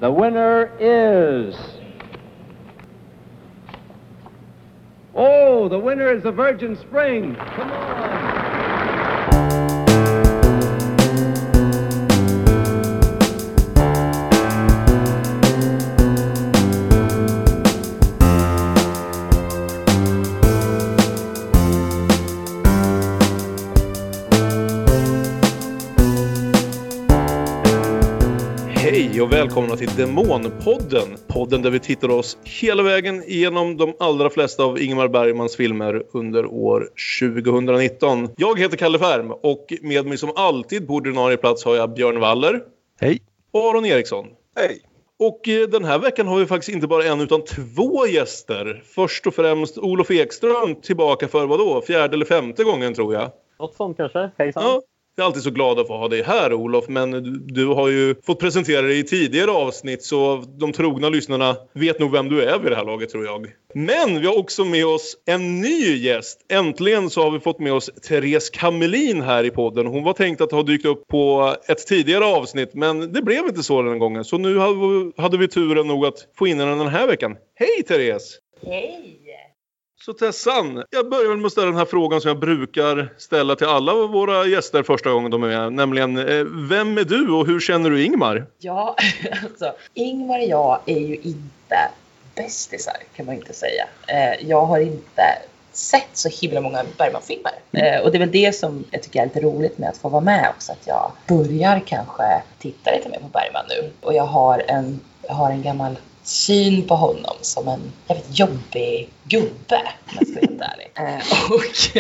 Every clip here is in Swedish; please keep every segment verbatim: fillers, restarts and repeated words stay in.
The winner is... Oh, the winner is the Virgin Spring. Come on. Hej och välkomna till Demonpodden. Podden där vi tittar oss hela vägen igenom de allra flesta av Ingmar Bergmans filmer under år tjugonitton. Jag heter Kalle Färm och med mig som alltid på ordinarie plats har jag Björn Waller. Hej. Och Aron Eriksson. Hej. Och eh, den här veckan har vi faktiskt inte bara en utan två gäster. Först och främst Olof Ekström tillbaka för vad då? Fjärde eller femte gången tror jag. Något sånt kanske. Hejsan. Ja. Jag är alltid så glad att få ha dig här, Olof, men du, du har ju fått presentera dig i tidigare avsnitt så de trogna lyssnarna vet nog vem du är vid det här laget, tror jag. Men vi har också med oss en ny gäst. Äntligen så har vi fått med oss Therese Kamelin här i podden. Hon var tänkt att ha dykt upp på ett tidigare avsnitt, men det blev inte så den gången. Så nu hade vi turen nog att få in henne den här veckan. Hej, Therese! Hej! Så Tessan, jag börjar med att ställa den här frågan som jag brukar ställa till alla våra gäster första gången de är med. Nämligen, vem är du och hur känner du Ingmar? Ja, alltså Ingmar och jag är ju inte bästisar kan man inte säga. Jag har inte sett så himla många Bergman-filmer. Mm. Och det är väl det som jag tycker är lite roligt med att få vara med också. Att jag börjar kanske titta lite mer på Bergman nu. Och jag har en, jag har en gammal syn på honom som en jävligt jobbig gubbe, om jag ska vara helt ärlig. Eh, och,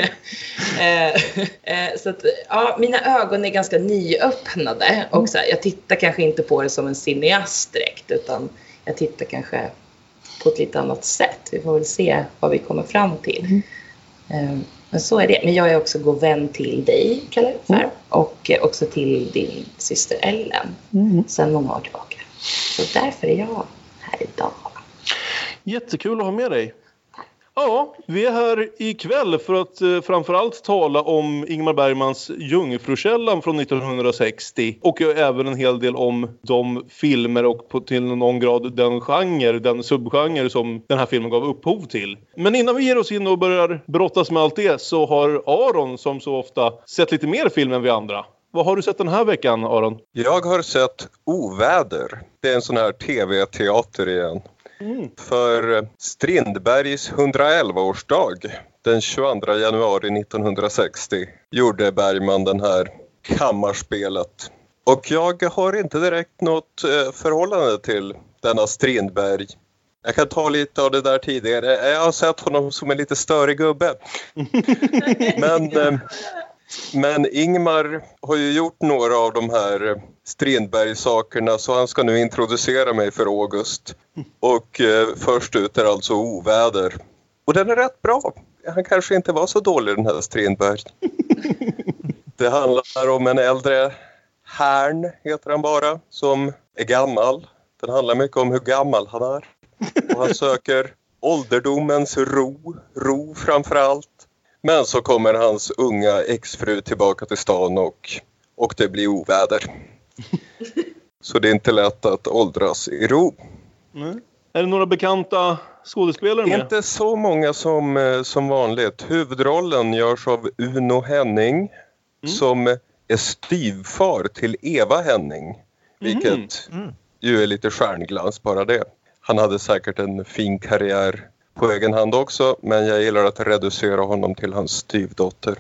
eh, eh, så att, ja, mina ögon är ganska nyöppnade. Och så här, jag tittar kanske inte på det som en cineast direkt, utan jag tittar kanske på ett lite annat sätt. Vi får väl se vad vi kommer fram till. Mm. Eh, men så är det. Men jag är också god vän till dig, Kalle, mm. och också till din syster Ellen mm. sedan många år tillbaka. Så därför är jag här idag. Jättekul att ha med dig. Ja, vi är här ikväll för att eh, framförallt tala om Ingmar Bergmans Jungfrukällan från nittonhundrasextio. Och även en hel del om de filmer och på, till någon grad den genre, den subgenre som den här filmen gav upphov till. Men innan vi ger oss in och börjar brottas med allt det så har Aron som så ofta sett lite mer film än vi andra. Vad har du sett den här veckan, Aron? Jag har sett Oväder. Det är en sån här tv-teater igen. Mm. För Strindbergs hundraelva-årsdag den tjugoandra januari nittonhundrasextio gjorde Bergman den här kammarspelet. Och jag har inte direkt något förhållande till denna Strindberg. Jag kan ta lite av det där tidigare. Jag har sett honom som en lite större gubbe. Men... Men Ingmar har ju gjort några av de här Strindberg-sakerna så han ska nu introducera mig för August. Och eh, först ut är alltså Oväder. Och den är rätt bra. Han kanske inte var så dålig den här Strindberg. Det handlar om en äldre härn, heter han bara, som är gammal. Den handlar mycket om hur gammal han är. Och han söker ålderdomens ro, ro framför allt. Men så kommer hans unga exfru tillbaka till stan och, och det blir oväder. Så det är inte lätt att åldras i ro. Mm. Är det några bekanta skådespelare med? Inte så många som, som vanligt. Huvudrollen görs av Uno Henning mm. som är styvfar till Eva Henning. Vilket mm. Mm. ju är lite stjärnglans bara det. Han hade säkert en fin karriär på egen hand också, men jag gillar att reducera honom till hans styvdotter.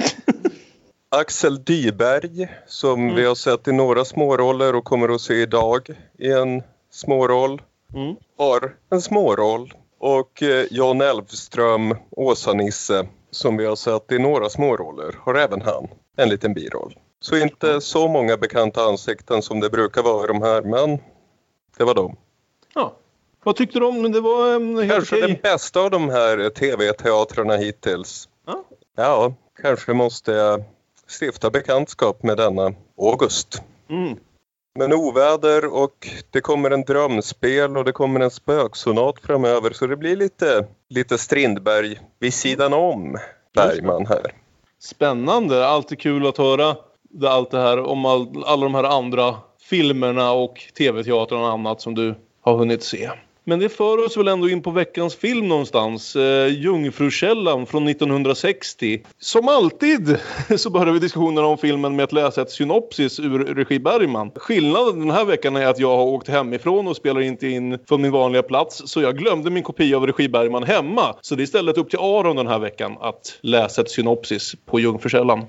Axel Dyberg, som mm. vi har sett i några småroller och kommer att se idag i en småroll, mm. har en småroll. Och eh, Jan Elfström, Åsa-Nisse, som vi har sett i några småroller, har även han en liten biroll. Så inte så många bekanta ansikten som det brukar vara i de här, men det var de. Ja. Vad tyckte du om? Det var um, helt kanske okej. Den bästa av de här tv-teatrarna hittills. Ja. Ja, kanske måste jag stifta bekantskap med denna August. Mm. Men Oväder och det kommer en drömspel och det kommer en spöksonat framöver. Så det blir lite, lite Strindberg vid sidan om Bergman här. Spännande, alltid kul att höra det, allt det här om all, alla de här andra filmerna och tv-teatern och annat som du har hunnit se. Men det för oss väl ändå in på veckans film någonstans. Eh, Jungfrukällan från nittonhundrasextio. Som alltid så börjar vi diskussionen om filmen med att läsa ett synopsis ur regi Bergman. Skillnaden den här veckan är att jag har åkt hemifrån och spelar inte in från min vanliga plats. Så jag glömde min kopia av regi Bergman hemma. Så det är istället upp till Aron den här veckan att läsa ett synopsis på Jungfrukällan.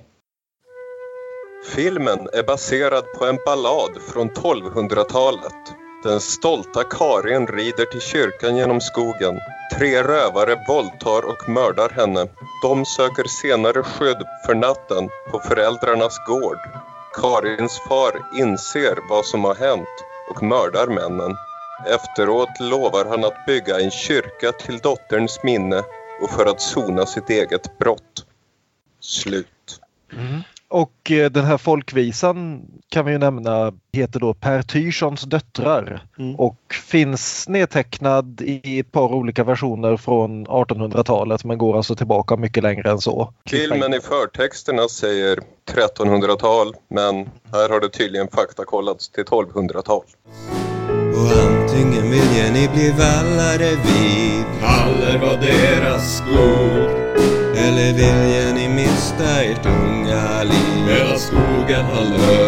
Filmen är baserad på en ballad från tolvhundratalet. Den stolta Karin rider till kyrkan genom skogen. Tre rövare våldtar och mördar henne. De söker senare skydd för natten på föräldrarnas gård. Karins far inser vad som har hänt och mördar männen. Efteråt lovar han att bygga en kyrka till dotterns minne och för att sona sitt eget brott. Slut. Mm. Och eh, den här folkvisan kan vi ju nämna heter då Per Tyrssons döttrar mm. och finns nedtecknad i ett par olika versioner från artonhundratalet men går alltså tillbaka mycket längre än så. Filmen i förtexterna säger trettonhundratal men här har det tydligen faktakollats till tolvhundratal. Och antingen vill ni bli vallare vid Haller var deras skog. Eller vill ni mista ert unga liv medan skogen har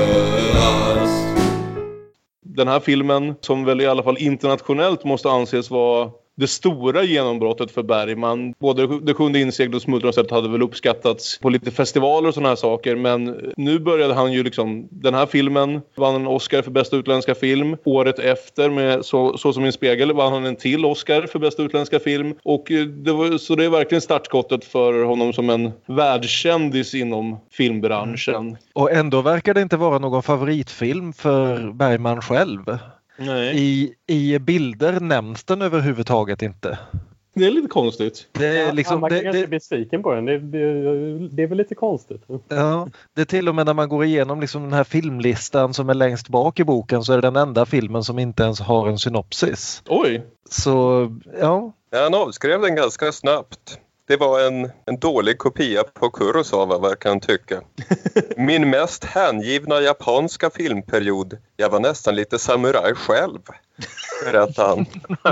löst? Den här filmen, som väl i alla fall internationellt måste anses vara det stora genombrottet för Bergman. Både Det sjunde inseglet och Smultronsättet hade väl uppskattats på lite festivaler och såna här saker. Men nu började han ju liksom... Den här filmen vann en Oscar för bästa utländska film. Året efter med Så, så som en spegel vann han en till Oscar för bästa utländska film. Och det var, så det är verkligen startskottet för honom som en världskändis inom filmbranschen. Mm. Och ändå verkar det inte vara någon favoritfilm för Bergman själv. Nej. I, I bilder nämns den överhuvudtaget inte. Det är lite konstigt. Det är liksom, ja, man är ganska besviken på den. Det, det, det är väl lite konstigt. Ja, det är till och med när man går igenom liksom den här filmlistan som är längst bak i boken så är det den enda filmen som inte ens har en synopsis. Oj! Så, ja. Ja, han avskrev den ganska snabbt. Det var en, en dålig kopia på Kurosawa, verkar han tycka. Min mest hängivna japanska filmperiod. Jag var nästan lite samuraj själv, berättade han.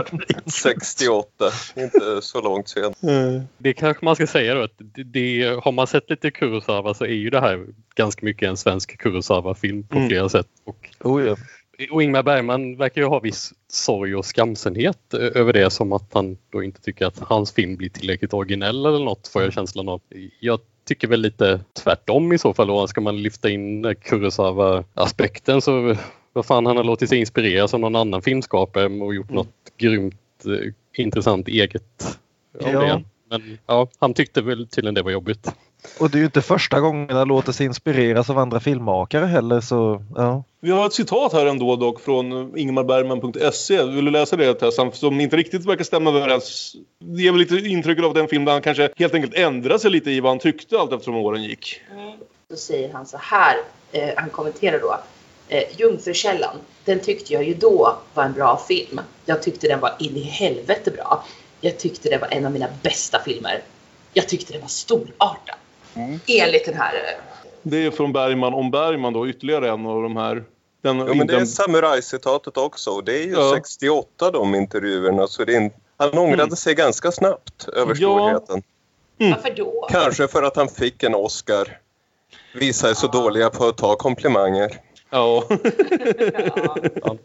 sextioåtta, inte så långt sen. Mm. Det kanske man ska säga då, att det, det, har man sett lite Kurosawa så är ju det här ganska mycket en svensk Kurosawa-film på mm. flera sätt. Och, oh ja. och Ingmar Bergman verkar ju ha viss sorg och skamsenhet över det, som att han då inte tycker att hans film blir tillräckligt originell eller något, får jag känslan av. Jag tycker väl lite tvärtom i så fall, och ska man lyfta in Kurosawa-aspekten så vad fan, han har låtit sig inspireras av någon annan filmskapare och gjort mm. något grymt eh, intressant eget av ja. det. Men ja, han tyckte väl tydligen det var jobbigt. Och det är ju inte första gången han låter sig inspireras av andra filmmakare heller, så ja. Vi har ett citat här ändå dock från ingmarbergman punkt se. Vill du läsa det, Tessan? Som inte riktigt verkar stämma överens. Det ger väl lite intryck av den film där han kanske helt enkelt ändrade sig lite i vad han tyckte allt eftersom åren gick. Mm. Då säger han så här, eh, han kommenterar då. Eh, Jungfrukällan, den tyckte jag ju då var en bra film. Jag tyckte den var in i helvete bra. Jag tyckte det var en av mina bästa filmer. Jag tyckte det var storartad. Mm. Enligt den här... Det är från Bergman om Bergman då, ytterligare en av de här. Den, ja, men det är samurajcitatet också. Det är ju ja. sextioåtta de intervjuerna. Så det är en, han ångrade mm. sig ganska snabbt över storheten. Ja. Mm. Varför då? Kanske för att han fick en Oscar. Vissa är så ja. dåliga på att ta komplimanger. Ja. ja. ja.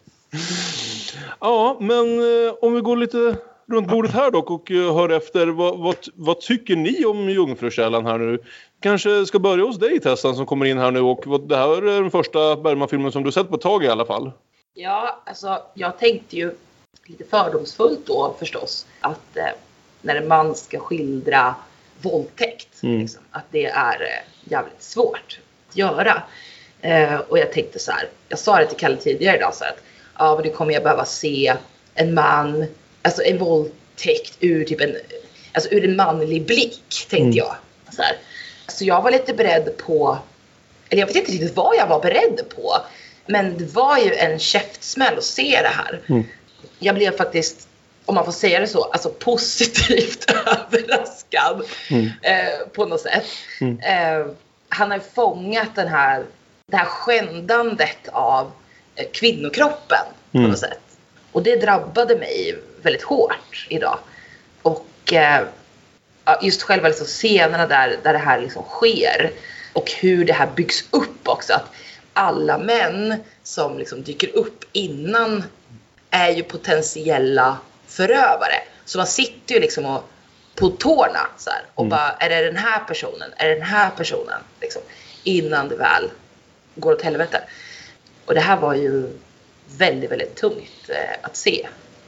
Ja, men eh, om vi går lite runt bordet här dock och uh, hör efter, vad, vad, vad tycker ni om Jungfrukällan här nu? Kanske ska börja hos dig, Tessan, som kommer in här nu, och vad, det här är den första Bergman-filmen som du sett på ett tag i alla fall. Ja, alltså jag tänkte ju lite fördomsfullt då förstås att eh, när en man ska skildra våldtäkt, mm. liksom, att det är eh, jävligt svårt att göra. Eh, och jag tänkte så här, jag sa det till Kalle tidigare idag så att ja, men det kommer jag behöva se en man, alltså en våldtäkt ur typ en, alltså ur en manlig blick, tänkte mm. jag. Så här. Så jag var lite beredd på, eller jag vet inte riktigt vad jag var beredd på, men det var ju en käftsmäll att se det här. Mm. Jag blev faktiskt, om man får säga det så, alltså positivt överraskad mm. eh, på något sätt. Mm. Eh, han har fångat den här, det här skändandet av eh, kvinnokroppen på Mm. något sätt. Och det drabbade mig väldigt hårt idag. Och eh, ja, just själva liksom scenerna där, där det här liksom sker. Och hur det här byggs upp också. Att alla män som liksom dyker upp innan är ju potentiella förövare. Så man sitter ju liksom och, på tårna så här, och mm. bara, är det den här personen? Är det den här personen? Liksom, innan det väl går åt helvete. Och det här var ju väldigt, väldigt tungt eh, att se.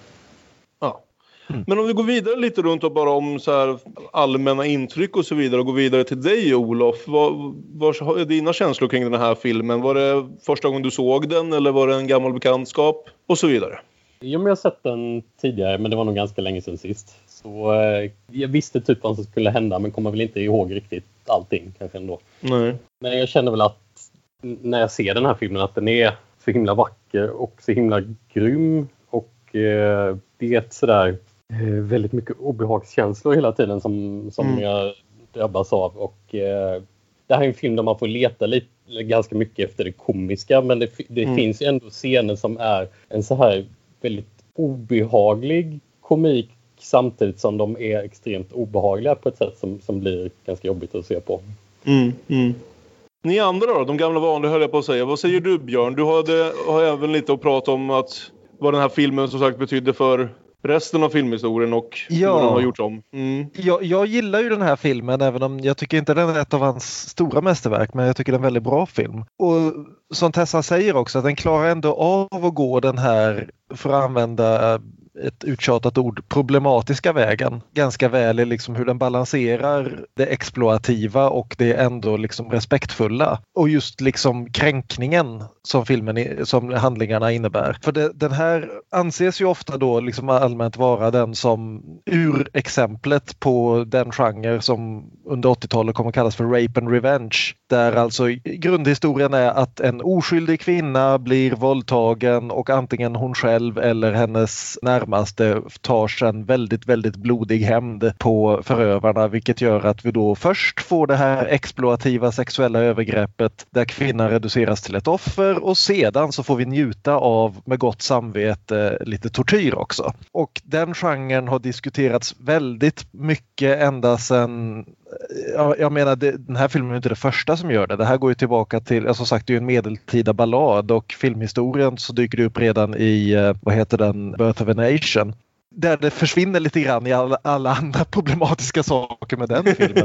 Ja. Mm. Men om vi går vidare lite runt och bara om så här allmänna intryck och så vidare och går vidare till dig, Olof. Vad, vad är dina känslor kring den här filmen? Var det första gången du såg den eller var det en gammal bekantskap? Och så vidare. Jo, men jag har sett den tidigare, men det var nog ganska länge sedan sist. Så eh, jag visste typ vad som skulle hända, men kommer väl inte ihåg riktigt allting kanske ändå. Nej. Men jag känner väl att när jag ser den här filmen att den är så himla vacker och så himla grym. Och eh, det är ett sådär eh, väldigt mycket obehagskänslor hela tiden som, som mm. jag drabbas av. Och eh, det här är en film där man får leta lite, ganska mycket efter det komiska, men det, det mm. finns ändå scener som är en så här väldigt obehaglig komik samtidigt som de är extremt obehagliga på ett sätt som, som blir ganska jobbigt att se på. Mm, mm. Ni andra då, de gamla vanliga höll jag på att säga. Vad säger du, Björn? Du hade, har även lite att prata om att vad den här filmen som sagt betydde för resten av filmhistorien och ja. hur den har gjorts om. Mm. Jag, jag gillar ju den här filmen, även om jag tycker inte den är ett av hans stora mästerverk, men jag tycker det är en väldigt bra film. Och som Tessa säger också, att den klarar ändå av att gå den här, för att använda ett uttjatat ord, problematiska vägen ganska väl i liksom hur den balanserar det exploativa och det ändå liksom respektfulla. Och just liksom kränkningen som filmen, som handlingarna innebär. För det, den här anses ju ofta då liksom allmänt vara den som urexemplet på den genre som under åttiotalet kommer kallas för rape and revenge. Där alltså grundhistorien är att en oskyldig kvinna blir våldtagen och antingen hon själv eller hennes närmaste tar en väldigt, väldigt blodig hämnd på förövarna, vilket gör att vi då först får det här exploativa sexuella övergreppet där kvinnan reduceras till ett offer och sedan så får vi njuta av med gott samvete lite tortyr också. Och den genren har diskuterats väldigt mycket ända sedan. Jag, jag menar, det, den här filmen är inte det första som gör det. Det här går ju tillbaka till, alltså, som sagt, det är ju en medeltida ballad och filmhistorien så dyker det upp redan i, vad heter den, Birth of a Nation. Där det försvinner lite grann i alla, alla andra problematiska saker med den filmen.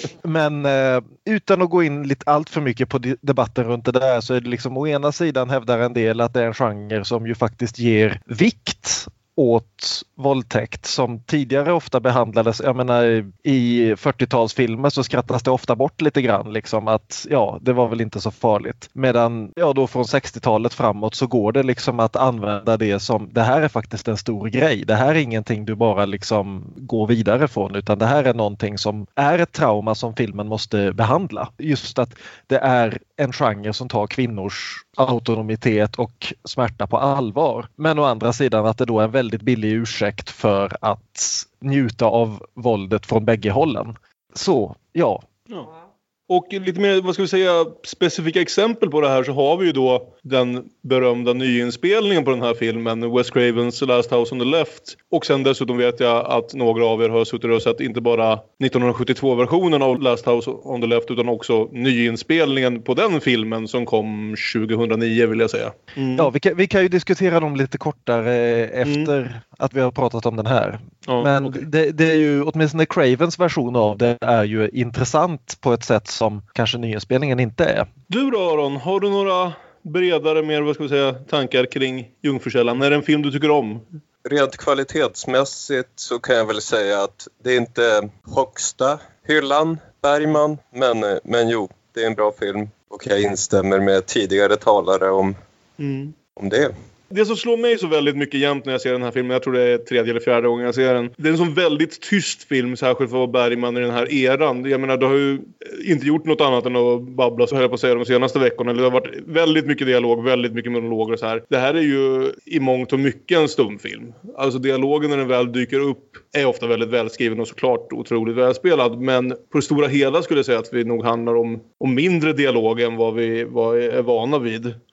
Men eh, utan att gå in lite allt för mycket på debatten runt det där så är det liksom å ena sidan hävdar en del att det är en genre som ju faktiskt ger vikt åt våldtäkt som tidigare ofta behandlades, jag menar i fyrtiotalsfilmer så skrattas det ofta bort lite grann liksom att ja, det var väl inte så farligt. Medan ja då från sextiotalet framåt så går det liksom att använda det som, det här är faktiskt en stor grej. Det här är ingenting du bara liksom går vidare från, utan det här är någonting som är ett trauma som filmen måste behandla. Just att det är en genre som tar kvinnors autonomitet och smärta på allvar. Men å andra sidan att det då är en väldigt billig ursäkt för att njuta av våldet från bägge hållen. Så, ja. ja. Och lite mer, vad ska vi säga, specifika exempel på det här så har vi ju då den berömda nyinspelningen på den här filmen, Wes Cravens Last House on the Left. Och sen dessutom vet jag att några av er har suttit och sett inte bara nittonhundrasjuttiotvå-versionen av Last House on the Left utan också nyinspelningen på den filmen som kom tjugohundranio vill jag säga. Mm. Ja, vi kan, vi kan ju diskutera dem lite kortare efter mm. att vi har pratat om den här. Ja, Men okay. det, det är ju, åtminstone Cravens version av det är ju intressant på ett sätt som kanske nyinspelningen inte är. Du då Aron, har du några bredare, mer vad ska vi säga, tankar kring Jungfrukällan? Är det en film du tycker om? Rent kvalitetsmässigt så kan jag väl säga att det är inte högsta hyllan Bergman, men, men jo, det är en bra film och jag instämmer med tidigare talare om, mm. om det. Det som slår mig så väldigt mycket jämt när jag ser den här filmen, jag tror det är tredje eller fjärde gången jag ser den. Det är en sån väldigt tyst film, särskilt för Bergman i den här eran. Jag menar, du har ju inte gjort något annat än att babbla, så höll jag på att säga, de senaste veckorna. Det har varit väldigt mycket dialog, väldigt mycket monologer och så här. Det här är ju i mångt och mycket en stumfilm. Alltså dialogen när den väl dyker upp är ofta väldigt välskriven och såklart otroligt välspelad. Men på det stora hela skulle jag säga att vi nog handlar om, om mindre dialog än vad vi vad är vana vid.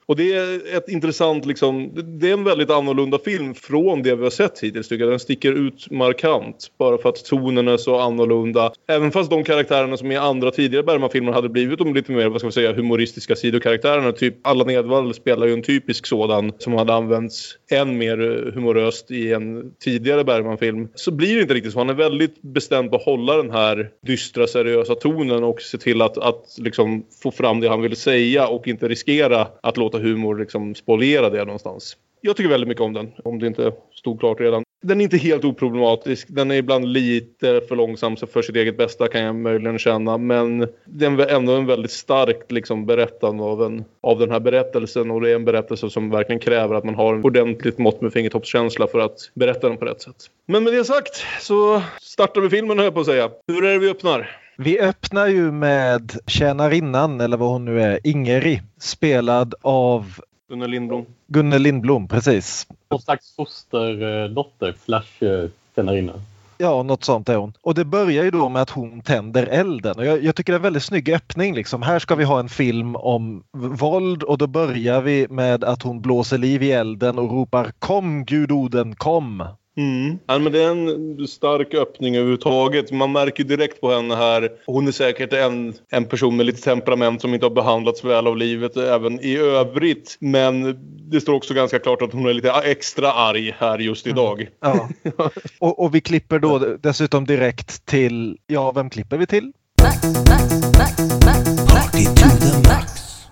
Och det är ett intressant, liksom, det är en väldigt annorlunda film från det vi har sett hittills, tycker jag. Den sticker ut markant, bara för att tonen är så annorlunda. Även fast de karaktärerna som i andra tidigare Bergman-filmer hade blivit de lite mer, vad ska vi säga, humoristiska sidokaraktärerna. Typ Allan Edwall spelar ju en typisk sådan som hade använts än mer humoröst i en tidigare Bergman-film. Så blir det inte riktigt så. Han är väldigt bestämd på att hålla den här dystra, seriösa tonen och se till att, att liksom få fram det han vill säga och inte riskera att låta humor liksom spoliera det någonstans. Jag tycker väldigt mycket om den, om det inte stod klart redan. Den är inte helt oproblematisk. Den är ibland lite för långsam, så för sitt eget bästa kan jag möjligen känna. Men det är ändå en väldigt starkt liksom, berättande av, en, av den här berättelsen. Och det är en berättelse som verkligen kräver att man har en ordentligt mått med fingertoppskänsla för att berätta den på rätt sätt. Men med det sagt så startar vi filmen, höll jag på att säga. Hur är det vi öppnar? Vi öppnar ju med tjänarinnan, eller vad hon nu är, Ingeri, spelad av Gunnel Lindblom. Gunnel Lindblom, precis. Någon slags fosterdotter, slash tjänarinna. Ja, något sånt är hon. Och det börjar ju då med att hon tänder elden. Och jag, jag tycker det är en väldigt snygg öppning. Liksom. Här ska vi ha en film om våld och då börjar vi med att hon blåser liv i elden och ropar "Kom, gudoden, kom!" Mm. Ja, men det är en stark öppning överhuvudtaget. Man märker direkt på henne här. Hon är säkert en, en person med lite temperament som inte har behandlats väl av livet även i övrigt. Men det står också ganska klart att hon är lite extra arg här just idag. Mm. Ja. och, och vi klipper då dessutom direkt till, ja, vem klipper vi till? Max, Max, Max, Max, Party to the max.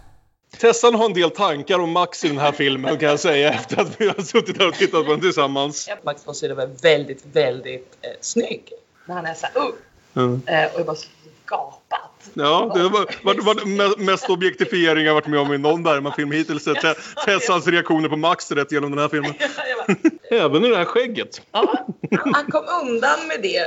Tessan har en del tankar om Max i den här filmen, kan jag säga, efter att vi har suttit här och tittat på den tillsammans. Max von Sydow är väldigt, väldigt eh, snygg. När han är så här ung. Mm. Eh, och jag bara så gapat. Ja, det var, var, var mest objektifiering jag varit med om i någon Bergman-film hittills. Tessans reaktioner på Max rätt genom den här filmen. Även i det här skägget. Ja, han kom undan med det.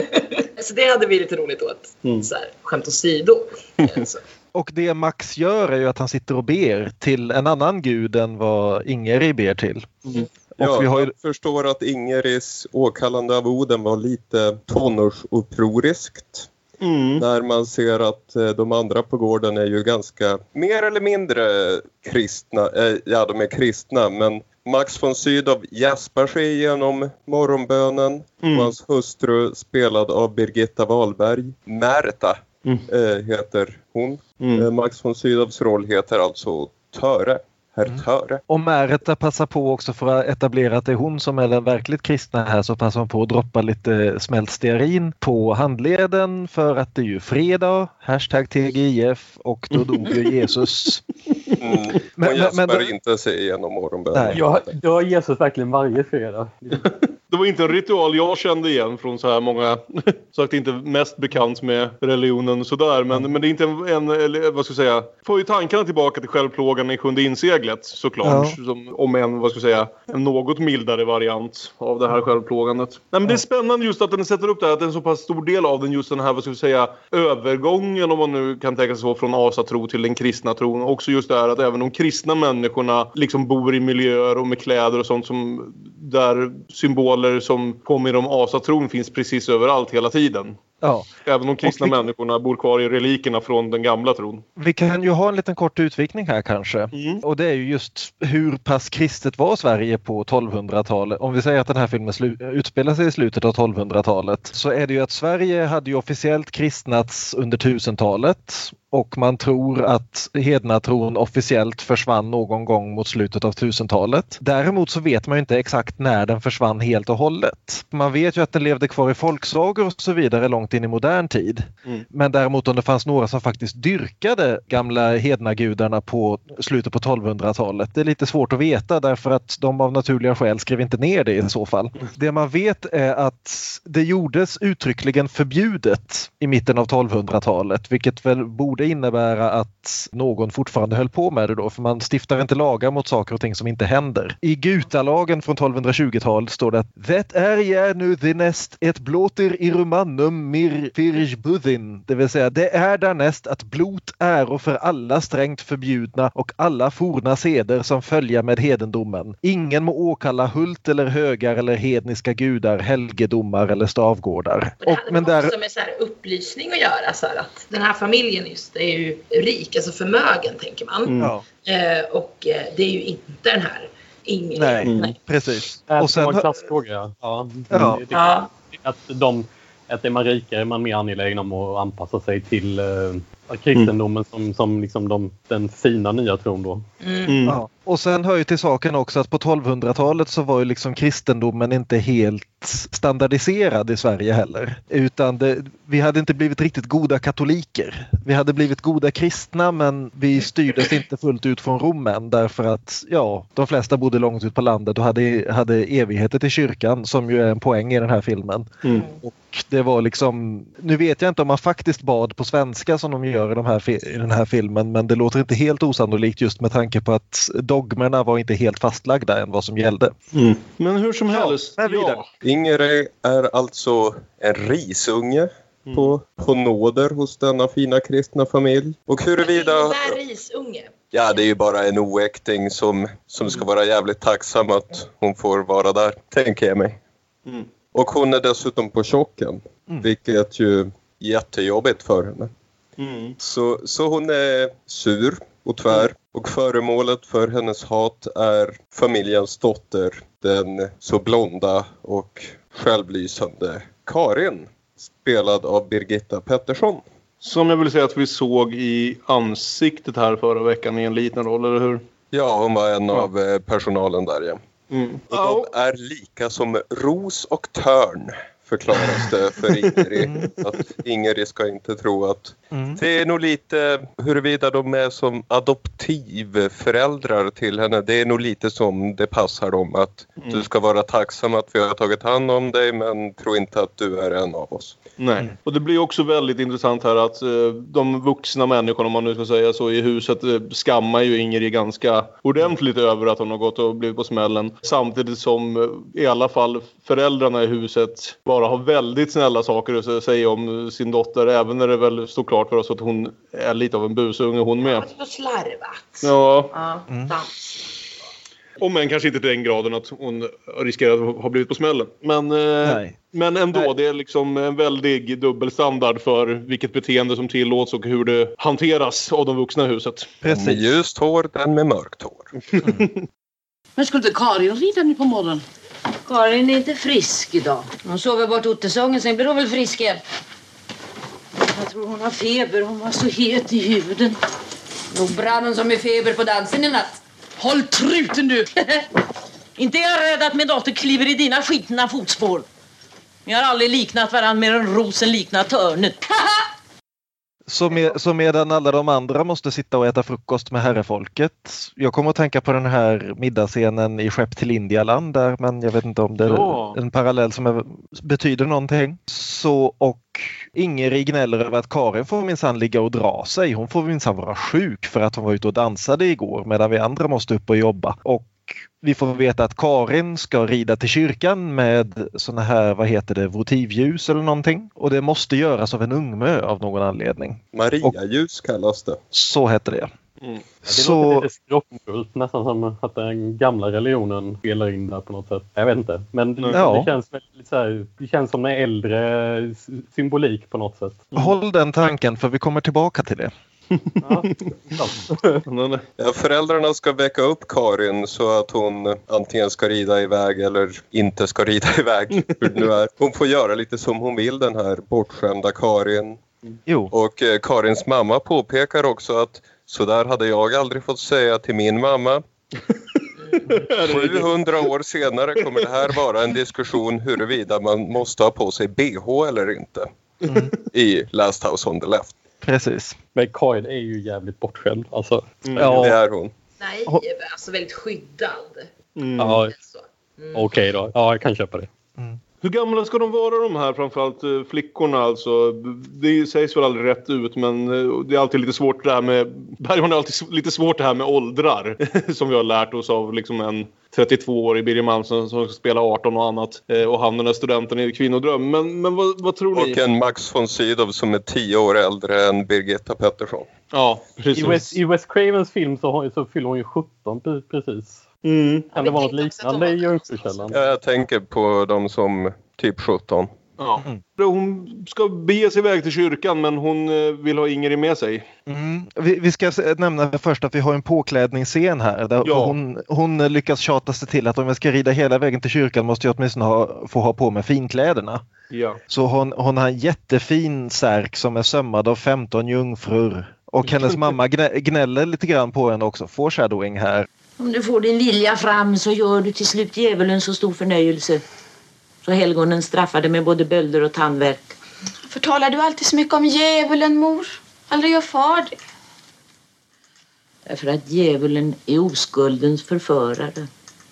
Så det hade vi lite roligt åt. Mm. Så här, skämt åsido. Så. Och det Max gör är ju att han sitter och ber till en annan gud än vad Ingeri ber till. Mm. Ja, vi har ju... jag förstår att Ingeris åkallande av Oden var lite tonårsupproriskt. Mm. När man ser att de andra på gården är ju ganska mer eller mindre kristna. Eh, ja, de är kristna, men Max von Sydow jaspar sig igenom morgonbönen. Mm. Och hans hustru, spelad av Birgitta Wahlberg, Märta mm. eh, heter hon. Mm. Eh, Max von Sydows roll heter alltså Töre. Herr Töre. Mm. Och Märta passar på också för att etablera att det är hon som är den verkligt kristna här, så passar hon på att droppa lite smält stearin på handleden för att det är ju fredag, hashtag T G I F, och då dog ju Jesus. Mm. Hon men, jaspar men, inte sig igenom morgonbönen. Jag, jag har Jesus verkligen varje fredag. Det var inte en ritual jag kände igen från så här många, sagt inte mest bekant med religionen sådär, men, mm. men det är inte en, en eller, vad ska jag säga, får ju tankarna tillbaka till självplågan i Sjunde inseglet såklart, ja. Som, om en, vad ska jag säga, en något mildare variant av det här självplågandet. Nej, men det är spännande just att den sätter upp det här, att en så pass stor del av den, just den här, vad ska jag säga, övergången, om man nu kan tänka sig så, från asatro till den kristna tron. Också just det här att även de kristna människorna liksom bor i miljöer och med kläder och sånt som där symboler som kommer i de asatron finns precis överallt hela tiden. Ja. Även de kristna vi... människorna bor kvar i relikerna från den gamla tron. Vi kan ju ha en liten kort utvikning här kanske. Mm. Och det är ju just hur pass kristet var Sverige på tolvhundratalet. Om vi säger att den här filmen slu- utspelar sig i slutet av tolvhundratalet, så är det ju att Sverige hade ju officiellt kristnats under tusentalet. Och man tror att hednatron officiellt försvann någon gång mot slutet av tusentalet. Däremot så vet man ju inte exakt när den försvann helt och hållet. Man vet ju att den levde kvar i folksagor och så vidare långt in i modern tid. Mm. Men däremot om det fanns några som faktiskt dyrkade gamla hednagudarna på slutet på tolvhundratalet. Det är lite svårt att veta därför att de av naturliga skäl skrev inte ner det i så fall. Mm. Det man vet är att det gjordes uttryckligen förbjudet i mitten av tolvhundratalet, vilket väl borde innebära att någon fortfarande höll på med det då, för man stiftar inte lagar mot saker och ting som inte händer. I Gutalagen från tolvhundratjugotalet står det att det är jag nu det näst ett blåter i rumannum mir firjbudin, det vill säga det är därnäst att blot är och för alla strängt förbjudna och alla forna seder som följa med hedendomen. Ingen må åkalla hult eller högar eller hedniska gudar, helgedomar eller stavgårdar. Och det hade och, men där... också med så här upplysning att göra, så här, att den här familjen just Holst är ju rik, alltså förmögen tänker man. Mm. Eh, och eh, det är ju inte den här Ingrid. Nej, Nej. precis. Det Och sen var en hö- klassfråga. Ja. Ja. Det, det, Ja. att, de, att är man rikare är man mer angelägen om att anpassa sig till uh, kristendomen som, som liksom de, den fina nya tron då. Mm. Mm. Ja. Och sen hör ju till saken också att på tolvhundratalet så var ju liksom kristendomen inte helt standardiserad i Sverige heller. Utan det, vi hade inte blivit riktigt goda katoliker. Vi hade blivit goda kristna men vi styrdes inte fullt ut från Romen därför att ja, de flesta bodde långt ut på landet och hade, hade evigheter till kyrkan som ju är en poäng i den här filmen. Mm. Och det var liksom, nu vet jag inte om man faktiskt bad på svenska som de gör i, de här, i den här filmen men det låter inte helt osannolikt just med tanke på att dogmerna var inte helt fastlagda än vad som gällde. Mm. Men hur som helst, Ja, vidare. ja. Ingrid är alltså en risunge Mm. på, på nåder hos denna fina kristna familj. Och huruvida... Vad är risunge? Ja, det är ju bara en oäkting som, som ska vara jävligt tacksam att hon får vara där, tänker jag mig. Mm. Och hon är dessutom på chocken, Mm. vilket ju är jättejobbigt för henne. Mm. Så, så hon är sur och tvär. Och föremålet för hennes hat är familjens dotter, den så blonda och självlysande Karin, spelad av Birgitta Pettersson. Som jag vill säga att vi såg i ansiktet här förra veckan i en liten roll, eller hur? Ja, hon var en Ja. av eh, personalen där, ja. Mm. Och de är lika som ros och törn, förklaras det för Ingrid. Att Ingrid ska inte tro att Mm. det är nog lite huruvida de är som adoptivföräldrar till henne. Det är nog lite som det passar dem att Mm. du ska vara tacksam att vi har tagit hand om dig men tro inte att du är en av oss. Nej. Och det blir också väldigt intressant här att eh, de vuxna människorna, om man nu ska säga så, i huset eh, skammar ju Ingrid ganska ordentligt över att hon har gått och blivit på smällen. Samtidigt som eh, i alla fall föräldrarna i huset bara har väldigt snälla saker att säga om sin dotter, även när det väl står klart för oss att hon är lite av en busunge hon med. Det var slarvat. Ja, Ja, Mm. sant. och men kanske inte till den graden att hon riskerar att ha blivit på smällen. Men, eh, Nej. men ändå, Nej. det är liksom en väldig dubbelstandard för vilket beteende som tillåts och hur det hanteras av de vuxna i huset. Den med Precis. ljust hår, den med mörkt hår. Men skulle inte Karin rida nu på morgonen? Karin är inte frisk idag. Hon sover bort ottesången, sen blir hon väl frisk igen. Jag tror hon har feber, hon var så het i huden. Nog brann hon som i feber på dansen i natt. Håll truten du! Inte är jag rädd att min dotter kliver i dina skitna fotspår. Vi har aldrig liknat varandra mer än rosen liknat törnet. Så, med, så medan alla de andra måste sitta och äta frukost med herrefolket. Jag kommer att tänka på den här middagsscenen i Skepp till Indialand där, men jag vet inte om det är Ja. en parallell som är, betyder någonting. Så, och Ingrid gnäller över att Karin får minsann ligga och dra sig. Hon får minsann vara sjuk för att hon var ute och dansade igår medan vi andra måste upp och jobba. Och vi får veta att Karin ska rida till kyrkan med såna här, vad heter det, votivljus eller någonting. Och det måste göras av en ungmö av någon anledning. Marialjus kallas det. Så heter det. Mm. Ja, det Så- låter lite skrockfullt, nästan som att den gamla religionen spelar in där på något sätt. Jag vet inte, men det, Ja. det känns väldigt så här, det känns som en äldre s- symbolik på något sätt. Håll den tanken för vi kommer tillbaka till det. Ja, sant. Men, Ja, föräldrarna ska väcka upp Karin så att hon antingen ska rida iväg eller inte ska rida iväg. Hur det nu är. Hon får göra lite som hon vill, den här bortskämda Karin. Jo, Och eh, Karins mamma påpekar också att så där hade jag aldrig fått säga till min mamma. sjuhundra år senare kommer det här vara en diskussion huruvida man måste ha på sig B H eller inte. Mm. I Last House on the Left. precis. Men Karin är ju jävligt bortskämd. Alltså, Ja. Det är hon. Nej, alltså väldigt skyddad. mm. ja, Så. Mm. okej då. Ja, jag kan köpa det. Hur gamla ska de vara, de här, framförallt eh, flickorna alltså? Det sägs väl aldrig rätt ut, men eh, det är alltid lite svårt det här med... Bergman är alltid s- lite svårt det här med åldrar. Som vi har lärt oss av liksom en trettiotvå-årig Birger Malmsson som ska spela arton och annat. Eh, och han den där studenten i Kvinnodröm. Men, men vad, vad tror ni? Och en Max von Sydow som är tio år äldre än Birgitta Pettersson. Ja, precis. I Wes, I Wes Cravens film så, har, så fyller hon ju sjutton pre- precis. Mm. Kan det vara något liknande i Jungfrukällan? Ja, jag tänker på dem som typ sjutton. Ja. Mm. Hon ska bege sig iväg till kyrkan, men hon vill ha Ingrid med sig. Mm. Vi, vi ska nämna först att vi har en påklädningsscen här. Där ja. hon, hon lyckas tjata sig till att om jag ska rida hela vägen till kyrkan måste jag åtminstone ha, få ha på mig finkläderna. Ja. Så hon, hon har en jättefin särk som är sömmad av femton jungfrur. Och hennes mamma gnäller lite grann på henne också. Foreshadowing här. Om du får din vilja fram så gör du till slut djävulen så stor förnöjelse. Så helgonen straffade med både bölder och tandvärk. Förtalar du alltid så mycket om djävulen, mor? Aldrig gör far det. Därför att djävulen är oskuldens förförare.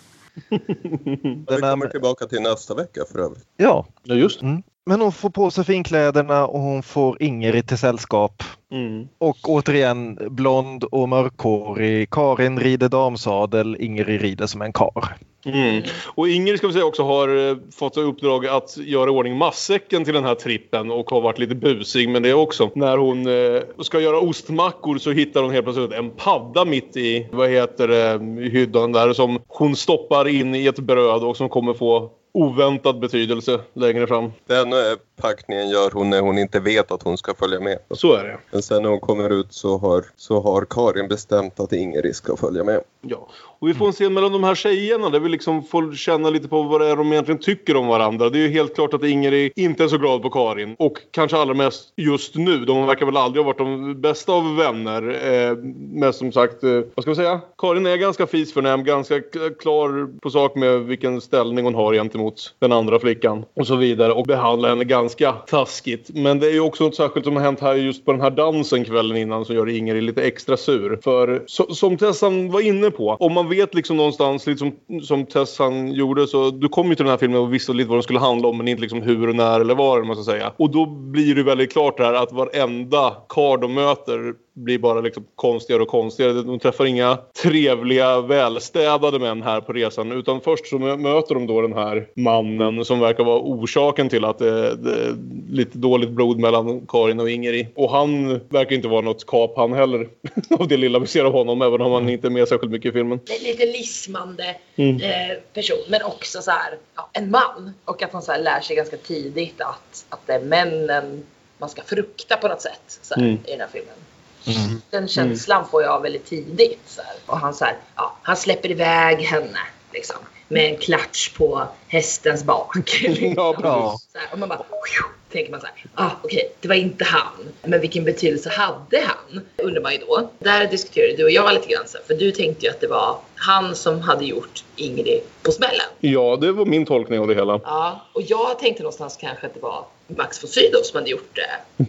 Vi kommer tillbaka till nästa vecka för övrigt. Ja, ja just. Mm. Men hon får på sig finkläderna och hon får Ingrid till sällskap. Mm. Och återigen blond och mörkhårig. Karin rider damsadel, Ingrid rider som en kar. Mm. Och Ingrid ska vi säga också har eh, fått i uppdrag att göra ordning matsäcken till den här trippen och har varit lite busig med det också. När hon eh, ska göra ostmackor så hittar hon helt plötsligt en padda mitt i, vad heter det, hyddan där som hon stoppar in i ett bröd och som kommer få oväntad betydelse längre fram. Den packningen gör hon när hon inte vet att hon ska följa med. Så är det. Men sen när hon kommer ut så har, så har Karin bestämt att Ingrid ska följa med. Ja, och vi får en scen mellan de här tjejerna där vi liksom får känna lite på vad det är de egentligen tycker om varandra. Det är ju helt klart att Ingrid inte är så glad på Karin. Och kanske allra mest just nu. De verkar väl aldrig ha varit de bästa av vänner. Eh, men som sagt, eh, vad ska vi säga? Karin är ganska fisförnäm, ganska klar på sak med vilken ställning hon har gentemot den andra flickan. Och så vidare. Och behandlar henne ganska taskigt. Men det är ju också något särskilt som har hänt här just på den här dansen kvällen innan som gör Ingrid lite extra sur. För så, som Tessan var inne på, om man vet liksom någonstans liksom, som Tessan gjorde, så du kom ju till den här filmen och visste lite vad den skulle handla om, men inte liksom hur och när eller var, man ska säga. Och då blir det väldigt klart här att varenda kar de möter blir bara liksom konstigare och konstigare. De träffar inga trevliga, välstädade män här på resan. Utan först så möter de då den här mannen som verkar vara orsaken till att det, det är lite dåligt blod mellan Karin och Ingrid. Och han verkar inte vara något kap han heller. Av det lilla vi ser av honom, även om han inte är med särskilt mycket i filmen. Lite lismande mm. eh, person, men också så här, ja, en man. Och att han så här lär sig ganska tidigt att, att det är männen man ska frukta på något sätt så här, mm. i den här filmen. Mm. Den känslan får jag väldigt tidigt så här. Och han så här, ja, han släpper iväg henne liksom, med en klatsch på hästens bak liksom. Ja, precis. Så här, och man bara tänker man så här, ah, okej, okay, det var inte han, men vilken betydelse hade han, undrar man ju då. Där diskuterade du och jag lite grann så här, för du tänkte ju att det var han som hade gjort Ingrid på smällen. Ja, det var min tolkning av det hela. Ja, och jag tänkte någonstans kanske att det var Max von Sydow som hade gjort det.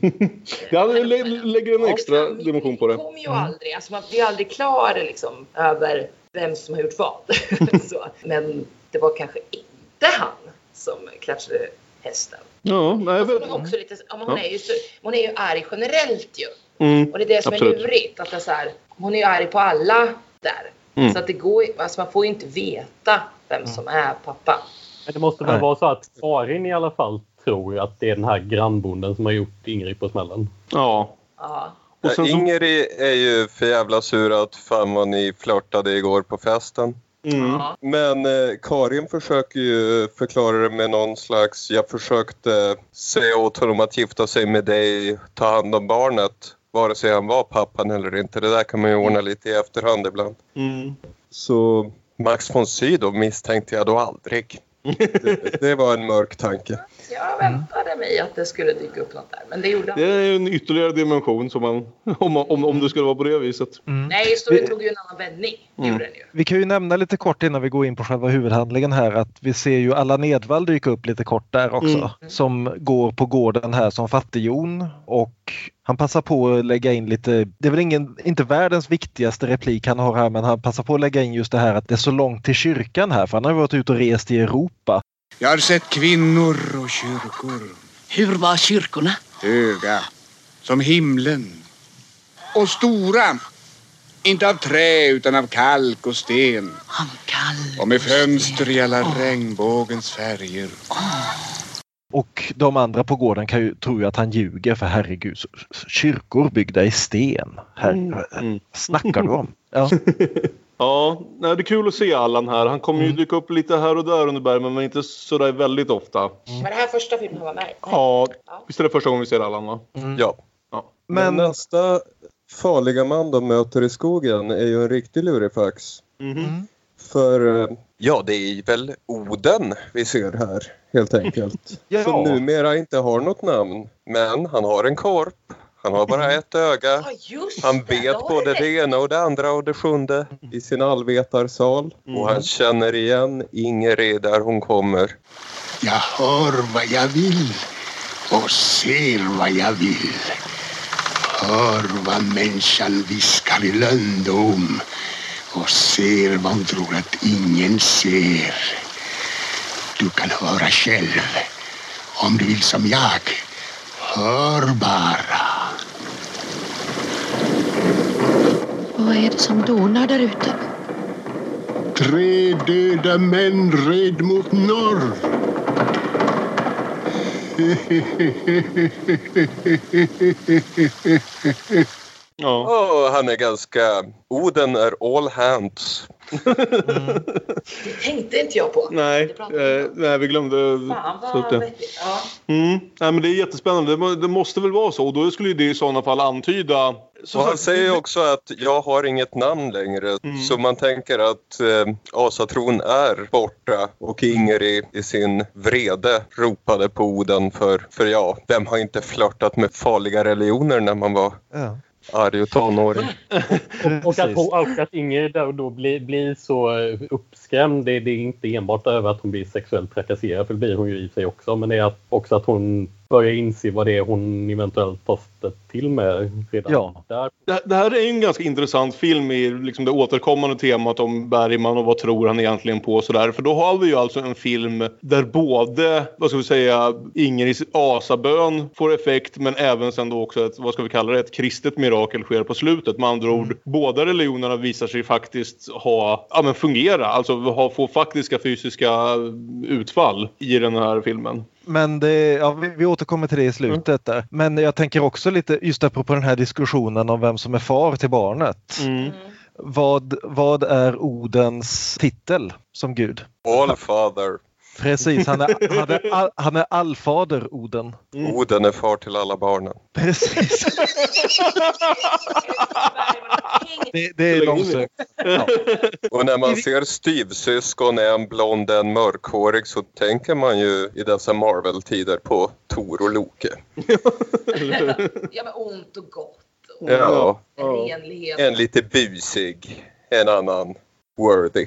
Jag lä- lägger en extra dimension på det. Det kommer ju aldrig, alltså man blir aldrig klar liksom, över vem som har gjort vad. Så. Men det var kanske inte han som klatschade hästen. Ja, nej, hon är också lite, hon, ja. är ju så, hon är ju arg generellt ju. Mm, och det är det som absolut. är lurigt. Att det är så här, hon är ju arg på alla där. Mm. Så att det går, alltså man får ju inte veta vem som är pappa. Men det måste väl Nej. vara så att Karin i alla fall tror att det är den här grannbonden som har gjort Ingrid på smällen. Ja. Ja. Och sen så... Ingrid är ju för jävla sur att fan vad ni flörtade igår på festen. Mm. Men eh, Karin försöker ju förklara det med någon slags, jag försökte säga åt honom att gifta sig med dig, ta hand om barnet, vare sig han var pappan eller inte. Det där kan man ju ordna lite i efterhand ibland. Mm. Så Max von Sydow misstänkte jag då aldrig. Det, det var en mörk tanke. Jag väntade mig att det skulle dyka upp något där, men det gjorde han. Det är en ytterligare dimension som man, om, om, om det skulle vara på det viset. Mm. Nej, historien tog ju en annan vändning. Mm. Gjorde den ju. Vi kan ju nämna lite kort innan vi går in på själva huvudhandlingen här att vi ser ju Allan Edwall dyka upp lite kort där också. Mm. Som går på gården här som fattighjon och han passar på att lägga in lite, det är väl ingen, inte världens viktigaste replik han har här, men han passar på att lägga in just det här att det är så långt till kyrkan här, för han har varit ute och rest i Europa. Jag har sett kvinnor och kyrkor. Hur var kyrkorna? Höga, som himlen. Och stora, inte av trä utan av kalk och sten. Av kalk och med fönster i alla oh. regnbågens färger. Oh. Och de andra på gården kan ju, tror ju att han ljuger, för herregud, kyrkor byggda i sten. Herre, mm. snackar du om? Ja. Ja, nej, det är kul att se Allan här. Han kommer mm. ju dyka upp lite här och där under Bergman, men inte sådär väldigt ofta. Mm. Var det här första filmen han var med? Ja, ja, visst är det första gången vi ser Allan, va? Mm. Ja. ja. Men... men nästa farliga man de möter i skogen är ju en riktig lurifax. Mm. Mm. För, ja, det är väl Oden vi ser här, helt enkelt. Ja. Som numera inte har något namn, men han har en korp. Han har bara ett öga. Ja, han vet både det ena och det andra och det sjunde i sin allvetarsal. Mm. Och han känner igen Ingrid där hon kommer. Jag hör vad jag vill och ser vad jag vill. Hör vad människan viskar i löndom och ser vad hon tror att ingen ser. Du kan höra själv om du vill som jag. Hör bara. Vad är det som donar där ute? Tre döda män red mot norr. Ja. Oh, han är ganska... Oden är all hands. Mm. Det tänkte inte jag på. Nej, eh, nej vi glömde. Fan vad vettigt. Ja. Mm. Nej, men det är jättespännande. Det, det måste väl vara så. Och då skulle det i sådana fall antyda... Så han säger också att jag har inget namn längre. Mm. Så man tänker att eh, asatron är borta. Och Ingrid i sin vrede ropade på Oden för, för ja, vem har inte flörtat med farliga religioner när man var... Ja. arg och tonåring. och, och, att, och att Ingrid då, då blir, blir så uppskrämd, det, det är inte enbart över att hon blir sexuellt trakasserad, för det blir hon ju i sig också, men det är att, också att hon börjar inse vad det är hon eventuellt har stött till med redan ja. där. Det, det här är en ganska intressant film i liksom det återkommande temat om Bergman och vad tror han egentligen på och sådär. För då har vi ju alltså en film där både, vad ska vi säga, Ingrids asabön får effekt, men även sen då också ett, vad ska vi kalla det, ett kristet mirakel sker på slutet. Med andra ord, mm. båda religionerna visar sig faktiskt ha, ja men fungera, alltså ha, få faktiska fysiska utfall i den här filmen. Men det, ja, vi, vi återkommer till det i slutet där. Men jag tänker också lite just apropå den här diskussionen om vem som är far till barnet. Mm. Vad, vad är Odens titel som gud? Allfather. Precis, han är, han är, all, han är allfader Oden. Mm. Oden är far till alla barnen. Precis. det, det är långsökt. Ja. Och när man ser styvsyskon, en blond, en mörkhårig, så tänker man ju i dessa Marvel-tider på Thor och Loke. Ja, men ont och gott. Och ja. En renlighet. En lite busig, en annan worthy.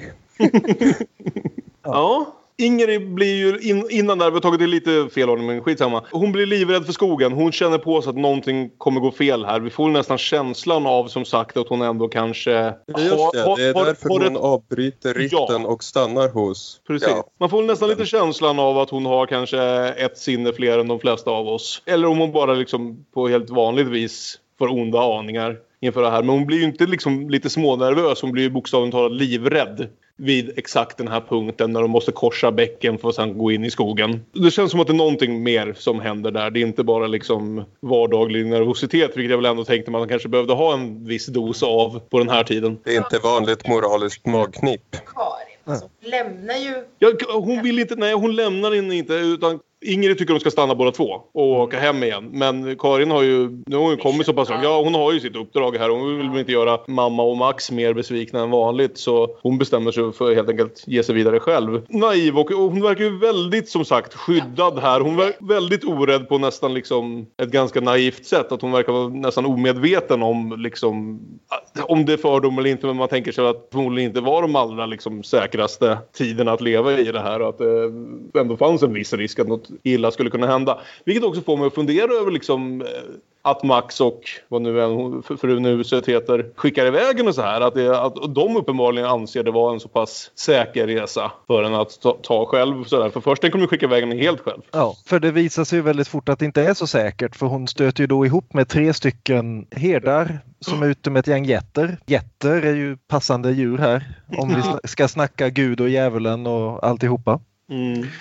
Ja. Ingrid blir ju, in, innan där, vi har tagit det lite fel ordning, men skitsamma. Hon blir livrädd för skogen. Hon känner på sig att någonting kommer gå fel här. Vi får nästan känslan av, som sagt, att hon ändå kanske... Just det, ha, det är har, därför har hon ett... avbryter ritten ja. och stannar hos... Precis. Ja. Man får nästan lite känslan av att hon har kanske ett sinne fler än de flesta av oss. Eller om hon bara liksom på helt vanligt vis får onda aningar inför det här. Men hon blir ju inte liksom lite smånervös. Hon blir ju bokstavligt talat livrädd vid exakt den här punkten när de måste korsa bäcken för att sedan gå in i skogen. Det känns som att det är någonting mer som händer där. Det är inte bara liksom vardaglig nervositet, vilket jag väl ändå tänkte man kanske behövde ha en viss dos av på den här tiden. Det är inte vanligt moraliskt magknip. Karin, alltså, lämnar ju... Ja, hon vill inte, nej hon lämnar in inte, utan Ingrid tycker de ska stanna båda två och åka hem igen. Men Karin har ju, nu har hon kommit så pass långt. Ja, hon har ju sitt uppdrag här. Hon vill inte göra mamma och Max mer besvikna än vanligt. Så hon bestämmer sig för att helt enkelt ge sig vidare själv. Naiv och, och hon verkar ju väldigt, som sagt, skyddad här. Hon var väldigt orädd på nästan liksom ett ganska naivt sätt. Att hon verkar vara nästan omedveten om liksom, om det är fördom eller inte. Men man tänker sig att förmodligen inte var de allra liksom säkraste tiden att leva i det här. Och att det ändå fanns en viss risk att något illa skulle kunna hända. Vilket också får mig att fundera över liksom att Max och vad nu än frun i huset heter skickar iväg och så här. Att, det, att de uppenbarligen anser det vara en så pass säker resa för en att ta, ta själv. Så där. För först kommer de skicka iväg henne helt själv. Ja, för det visar sig ju väldigt fort att det inte är så säkert. För hon stöter ju då ihop med tre stycken herdar som är ute med ett gäng jätter. Jätter är ju passande djur här. Om vi ska snacka Gud och djävulen och alltihopa. Mm.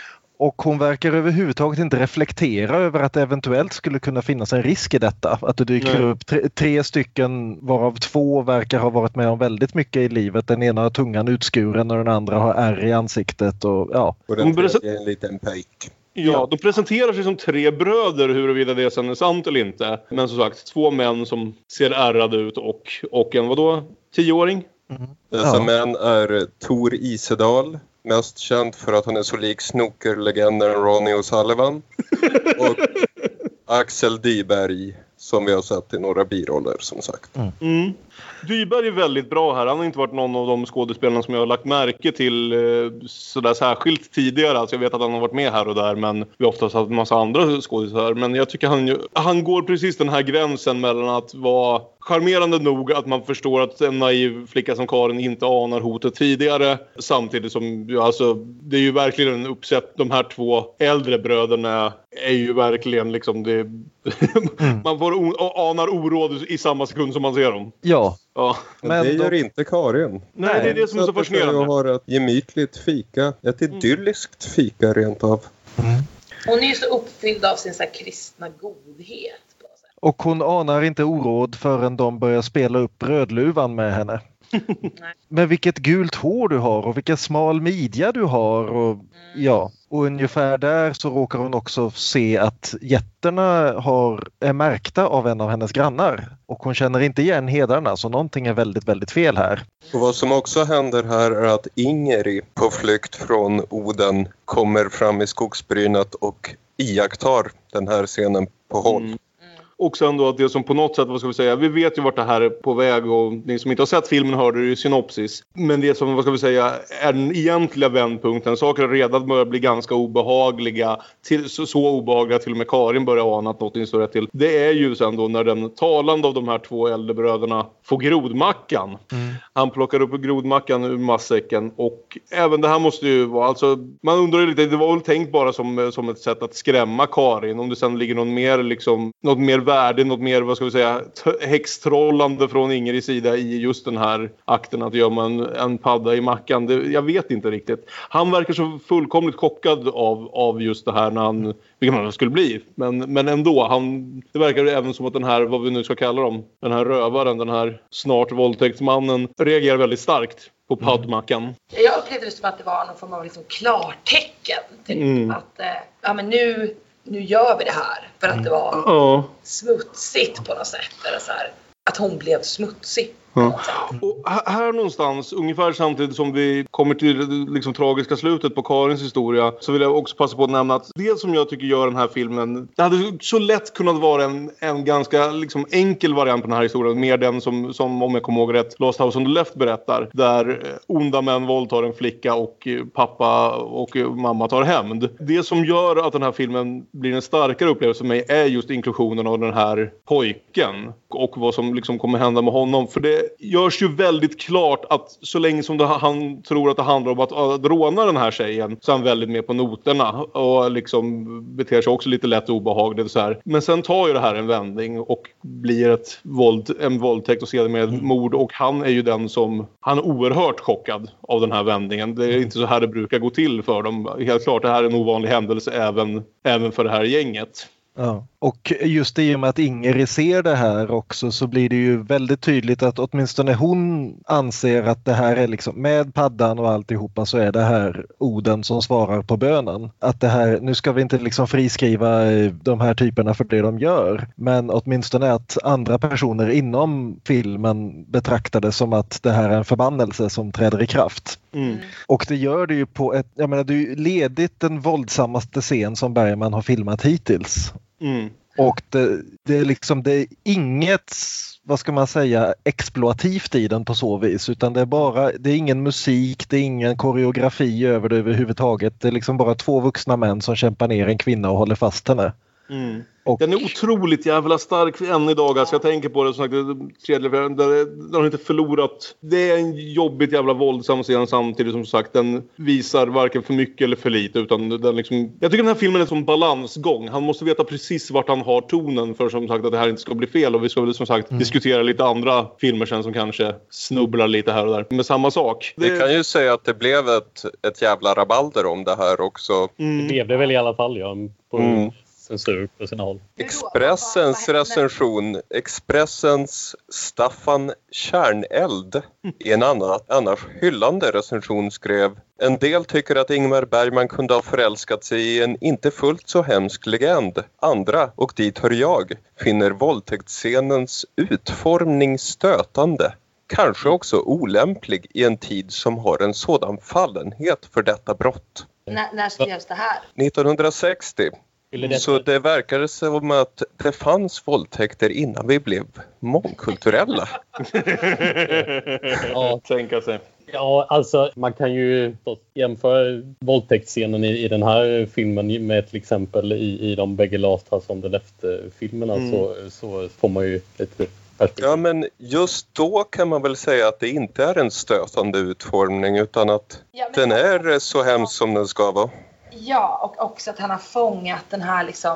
Och hon verkar överhuvudtaget inte reflektera över att det eventuellt skulle kunna finnas en risk i detta. Att det dyker Nej. upp tre, tre stycken varav två verkar ha varit med om väldigt mycket i livet. Den ena har tungan utskuren och den andra har ärr i ansiktet. Och, ja. och den tredje är en liten pejk. Ja, de presenterar sig som tre bröder huruvida det sen är sant eller inte. Men som sagt, två män som ser ärrade ut och, och en vadå? Tioåring? Mm. Dessa ja. män är Tor Isedal, mest känd för att han är så lik snookerlegenden Ronnie O'Sullivan. Och Axel Dyberg, som vi har sett i några biroller som sagt. Mm. Mm. Dyberg är väldigt bra här. Han har inte varit någon av de skådespelarna som jag har lagt märke till eh, sådär särskilt tidigare. Alltså jag vet att han har varit med här och där, men vi har oftast haft en massa andra skådespelare. Men jag tycker han, han går precis den här gränsen mellan att vara charmerande nog att man förstår att en naiv flicka som Karin inte anar hotet tidigare. Samtidigt som, alltså, det är ju verkligen en uppsätt. De här två äldre bröderna är ju verkligen liksom det... mm. Man får o- anar oråd i samma sekund som man ser dem. Ja. Ja. Men det gör de... inte Karin. Nej, det är det som är så fascinerande. Jag har ett gemytligt fika. Ett idylliskt fika rent av. Mm. Hon är ju så uppfylld av sin så här kristna godhet. Och hon anar inte oråd förrän de börjar spela upp Rödluvan med henne. Men vilket gult hår du har och vilken smal midja du har. Och, mm. ja. och ungefär där så råkar hon också se att jätterna har, är märkta av en av hennes grannar. Och hon känner inte igen hedarna, så någonting är väldigt, väldigt fel här. Och vad som också händer här är att Ingeri på flykt från Oden kommer fram i skogsbrynet och iakttar den här scenen på håll. Mm. Och sen då att det som på något sätt, vad ska vi säga, vi vet ju vart det här är på väg och ni som inte har sett filmen hörde det i synopsis. Men det som, vad ska vi säga, är den egentliga vändpunkten. Saker redan börjar bli ganska obehagliga, till, så, så obehagliga till och med Karin börjar ana att något står rätt till. Det är ju sen då när den talande av de här två äldre bröderna får grodmackan. Mm. Han plockar upp grodmackan ur matsäcken och även det här måste ju vara, alltså man undrar ju lite, det var väl tänkt bara som, som ett sätt att skrämma Karin. Om det sen ligger någon mer liksom, något mer värde, något mer, vad ska vi säga, t- häxtrollande från Ingerids sida i just den här akten att gömma en, en padda i mackan. Det, jag vet inte riktigt. Han verkar så fullkomligt chockad av, av just det här när han, vilken han skulle bli. Men, men ändå, han, det verkar även som att den här, vad vi nu ska kalla dem, den här rövaren, den här snart våldtäktsmannen reagerar väldigt starkt på paddmackan. Mm. Jag upplevde det som att det var någon form av liksom klartecken. Typ. Mm. Att, eh, ja men nu nu gör vi det här för att det var oh. smutsigt på något sätt. Eller så här, att hon blev smutsig. Ja. Och här någonstans, ungefär samtidigt som vi kommer till det liksom tragiska slutet på Karins historia, så vill jag också passa på att nämna att det som jag tycker gör den här filmen, det hade så lätt kunnat vara en, en ganska liksom enkel variant på den här historien, mer den som, som om jag kommer ihåg rätt, Lost House on the Left berättar, där onda män våldtar en flicka och pappa och mamma tar hämnd. Det som gör att den här filmen blir en starkare upplevelse för mig är just inklusionen av den här pojken och vad som liksom kommer hända med honom, för det görs ju väldigt klart att så länge som det, han tror att det handlar om att, att råna den här tjejen, så är han väldigt med på noterna och liksom beter sig också lite lätt obehagligt så här. Men sen tar ju det här en vändning och blir ett våld, en våldtäkt och sedan med ett mord, och han är ju den som, han är oerhört chockad av den här vändningen. Det är inte så här det brukar gå till för dem. Helt klart, det här är en ovanlig händelse även, även för det här gänget. Ja. Och just i och med att Ingrid ser det här också, så blir det ju väldigt tydligt att åtminstone hon anser att det här är liksom, med paddan och alltihopa, så är det här Oden som svarar på bönen. Att det här, nu ska vi inte liksom friskriva de här typerna för det de gör, men åtminstone att andra personer inom filmen betraktar det som att det här är en förbannelse som träder i kraft. Mm. Och det gör det ju på ett, jag menar, det är ju ledigt den våldsammaste scen som Bergman har filmat hittills. Mm. Och det, det är liksom, det är inget, vad ska man säga, exploativt i den på så vis, utan det är bara, det är ingen musik, det är ingen koreografi över det överhuvudtaget. Det är liksom bara två vuxna män som kämpar ner en kvinna och håller fast henne. Mm. Och... Den är otroligt jävla stark än idag. Alltså jag tänker på det som sagt, tredje, den har inte förlorat. Det är en jobbigt jävla våldsam scen samtidigt som sagt den visar varken för mycket eller för lite. Utan den liksom, jag tycker den här filmen är som balansgång. Han måste veta precis vart han har tonen för som sagt att det här inte ska bli fel. Och vi ska väl som sagt mm. diskutera lite andra filmer sen som kanske snubblar lite här och där. Men samma sak. Det... Vi kan ju säga att det blev ett, ett jävla rabalder om det här också. Mm. Det blev det väl i alla fall, ja. På... Mm. Censur på sina håll. Expressens recension, Expressens Staffan Kärneld i en annan, annars hyllande recension skrev: en del tycker att Ingmar Bergman kunde ha förälskat sig i en inte fullt så hemsk legend. Andra, och dit hör jag, finner våldtäktsscenens utformning stötande. Kanske också olämplig i en tid som har en sådan fallenhet för detta brott. N- när skrevs det här? nittonhundrasextio. Så det verkar som att det fanns våldtäkter innan vi blev mångkulturella. Ja, tänka sig. Ja, alltså man kan ju jämföra våldtäktsscenen i, i den här filmen med till exempel i, i de bägge Last House on the Left-filmerna mm. så, så får man ju ett perspektiv. Ja, men just då kan man väl säga att det inte är en stötande utformning utan att ja, den är så hemsk som den ska vara. Ja, och också att han har fångat den här liksom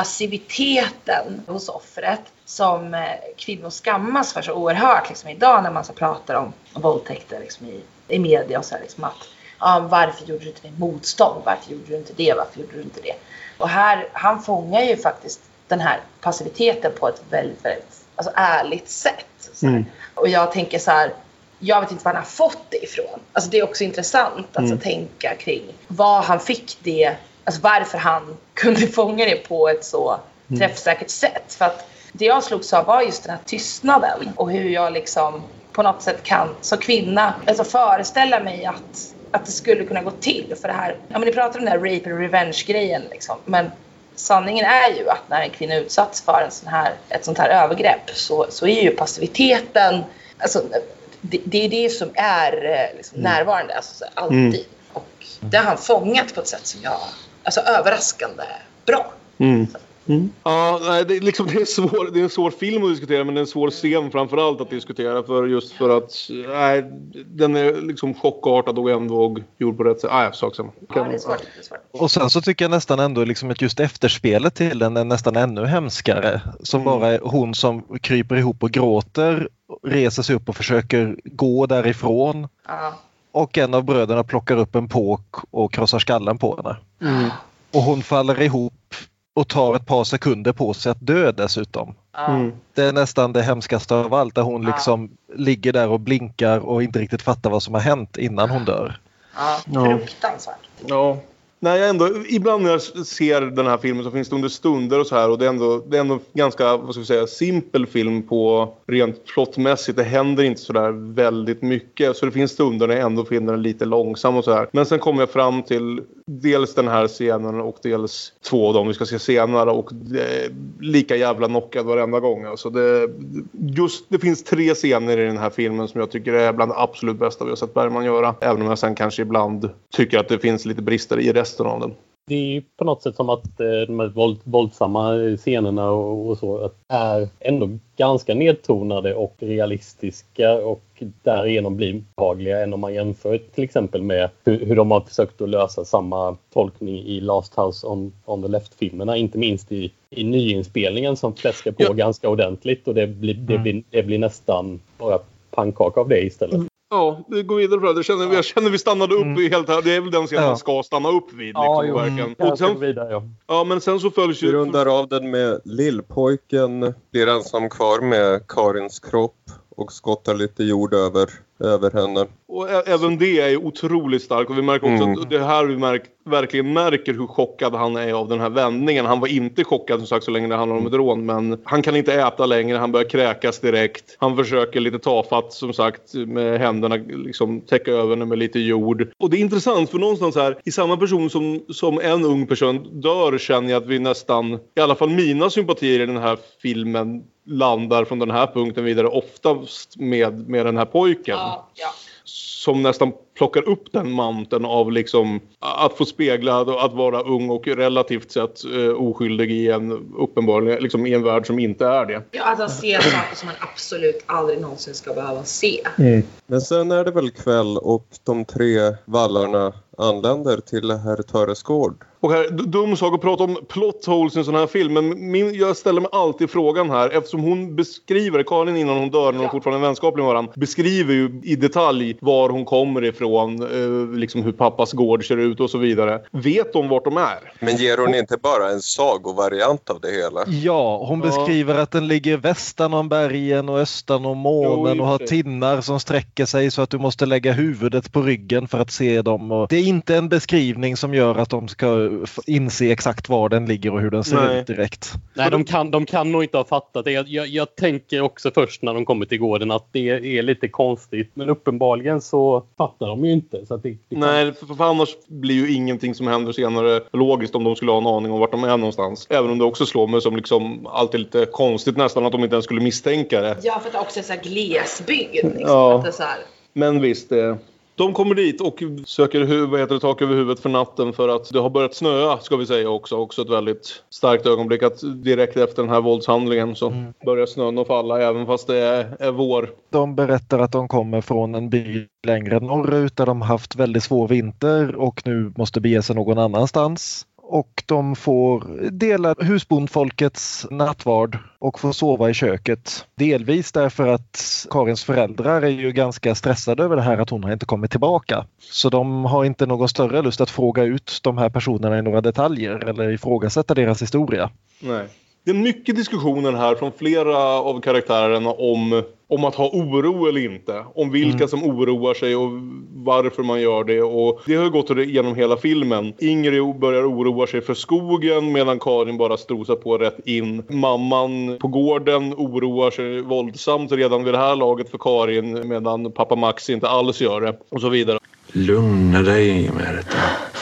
passiviteten hos offret som eh, kvinnor skammas för så oerhört liksom idag när man så pratar om våldtäkter liksom i, i media och så här, liksom att ja, varför gjorde du inte det motstånd, varför gjorde du inte det, varför gjorde du inte det? Och här, han fångar ju faktiskt den här passiviteten på ett väldigt, väldigt alltså, ärligt sätt. Så mm. Och jag tänker så här, jag vet inte var han har fått det ifrån. Alltså det är också intressant att alltså, mm. tänka kring vad han fick det, alltså varför han kunde fånga det på ett så mm. träffsäkert sätt. För att det jag slogs av var just den här tystnaden och hur jag liksom på något sätt kan som kvinna alltså föreställa mig att, att det skulle kunna gå till. För det här, ja men ni pratar om den här rape and revenge grejen liksom, men sanningen är ju att när en kvinna utsatts för en sån här, ett sånt här övergrepp så, så är ju passiviteten, alltså Det, det är det som är liksom, mm. närvarande alltså, alltid. Mm. Och det har han fångat på ett sätt som jag, alltså överraskande bra. Mm. Mm. Ja, nej, det, är liksom, det, är svår, det är en svår film att diskutera men det är en svår scen framförallt att diskutera för just för att nej, den är liksom chockartad och ändå gjord på rätt sätt. Nej, sak som. Ja, det är svårt, det är svårt. Och sen så tycker jag nästan ändå liksom att just efterspelet till den är nästan ännu hemskare. Som mm. bara är hon som kryper ihop och gråter, reser sig upp och försöker gå därifrån. Ja. Och en av bröderna plockar upp en påk och krossar skallen på henne. Mm. Och hon faller ihop och tar ett par sekunder på sig att dö dessutom. Mm. Det är nästan det hemskaste av allt där hon liksom ligger där och blinkar och inte riktigt fattar vad som har hänt innan hon dör. Ja, fruktansvärt. Ja. Nej, jag ändå, ibland när jag ser den här filmen så finns det under stunder och så här och det är ändå, det är ändå ganska, vad ska vi säga, simpel film på rent plottmässigt. Det händer inte så där väldigt mycket så det finns stunder när jag ändå finner den lite långsam och så här. Men sen kommer jag fram till dels den här scenen och dels två av dem vi ska se senare och det är lika jävla knockad varenda gång. Alltså det, just, det finns tre scener i den här filmen som jag tycker är bland det absolut bästa vi har sett Bergman göra. Även om jag sen kanske ibland tycker att det finns lite brister i resten av den. Det är ju på något sätt som att eh, de här våld, våldsamma scenerna och, och så att är ändå ganska nedtonade och realistiska och därigenom blir behagliga än om man jämför till exempel med hur, hur de har försökt att lösa samma tolkning i Last House on, on the Left-filmerna, inte minst i, i nyinspelningen som fläskar på ja. ganska ordentligt och det blir, det, blir, det blir nästan bara pannkaka av det istället. Mm. Ja, vi går vidare för det. Känner, ja. Jag känner vi stannade upp mm. helt här. Det är väl den scenen ja. man ska stanna upp vid. Liksom, ja, jo, verkligen. Och sen, vidare, ja. ja, men sen så följs ju... Vi rundar av den med lillpojken blir ensam kvar med Karins kropp och skottar lite jord över, över henne. Och ä- även det är otroligt starkt. Och vi märker också mm. att det här vi märk- verkligen märker hur chockad han är av den här vändningen. Han var inte chockad som sagt så länge det handlar om ett rån. Men han kan inte äta längre. Han börjar kräkas direkt. Han försöker lite tafatt som sagt med händerna liksom täcka över henne med lite jord. Och det är intressant för någonstans här i samma person som, som en ung person dör känner jag att vi nästan, i alla fall mina sympatier i den här filmen landar från den här punkten vidare oftast med, med den här pojken. Ja, ja. som nästan plockar upp den manteln av liksom att få spegla att vara ung och relativt sett uh, oskyldig i en uppenbarligen liksom i en värld som inte är det. Ja, att han ser saker som man absolut aldrig någonsin ska behöva se. Mm. Men sen är det väl kväll och de tre vallarna anländer till herr Töresgård. Och här, dum sak att prata om plot holes i en sån här film, men min, jag ställer mig alltid frågan här, eftersom hon beskriver, Karin innan hon dör, när hon ja. fortfarande är vänskaplig med varandra, beskriver ju i detalj var hon kommer ifrån, eh, liksom hur pappas gård ser ut och så vidare. Vet de vart de är? Men ger hon inte bara en sagovariant av det hela? Ja, hon ja. beskriver att den ligger västan om bergen och östan om månen jo, och har tinnar som sträcker sig så att du måste lägga huvudet på ryggen för att se dem. Och det är inte en beskrivning som gör att de ska inse exakt var den ligger och hur den ser Nej. ut direkt. Nej, de kan, de kan nog inte ha fattat det. Jag, jag, jag tänker också först när de kommer till gården att det är lite konstigt. Men uppenbarligen så fattar de ju inte. Så att det, det kan... Nej, för, för annars blir ju ingenting som händer senare logiskt om de skulle ha en aning om vart de är någonstans. Även om det också slår mig som liksom alltid lite konstigt nästan att de inte ens skulle misstänka det. Ja, för att det också är så här glesbygd. Liksom, ja. att det är så här... Men visst, det... De kommer dit och söker hu- vad heter det, tak över huvudet för natten för att det har börjat snöa, ska vi säga också. Också ett väldigt starkt ögonblick att direkt efter den här våldshandlingen så mm. börjar snön att falla även fast det är, är vår. De berättar att de kommer från en by längre norrut där de haft väldigt svår vinter och nu måste bege sig någon annanstans. Och de får dela husbondfolkets nattvard och får sova i köket. Delvis därför att Karins föräldrar är ju ganska stressade över det här att hon har inte kommit tillbaka. Så de har inte någon större lust att fråga ut de här personerna i några detaljer eller ifrågasätta deras historia. Nej. Det är mycket diskussioner här från flera av karaktärerna om, om att ha oro eller inte. Om vilka mm. som oroar sig och varför man gör det. Och det har gått genom hela filmen. Ingrid börjar oroa sig för skogen medan Karin bara strosar på rätt in. Mamman på gården oroar sig våldsamt redan vid det här laget för Karin medan pappa Max inte alls gör det. Och så vidare. Lugna dig, Märta.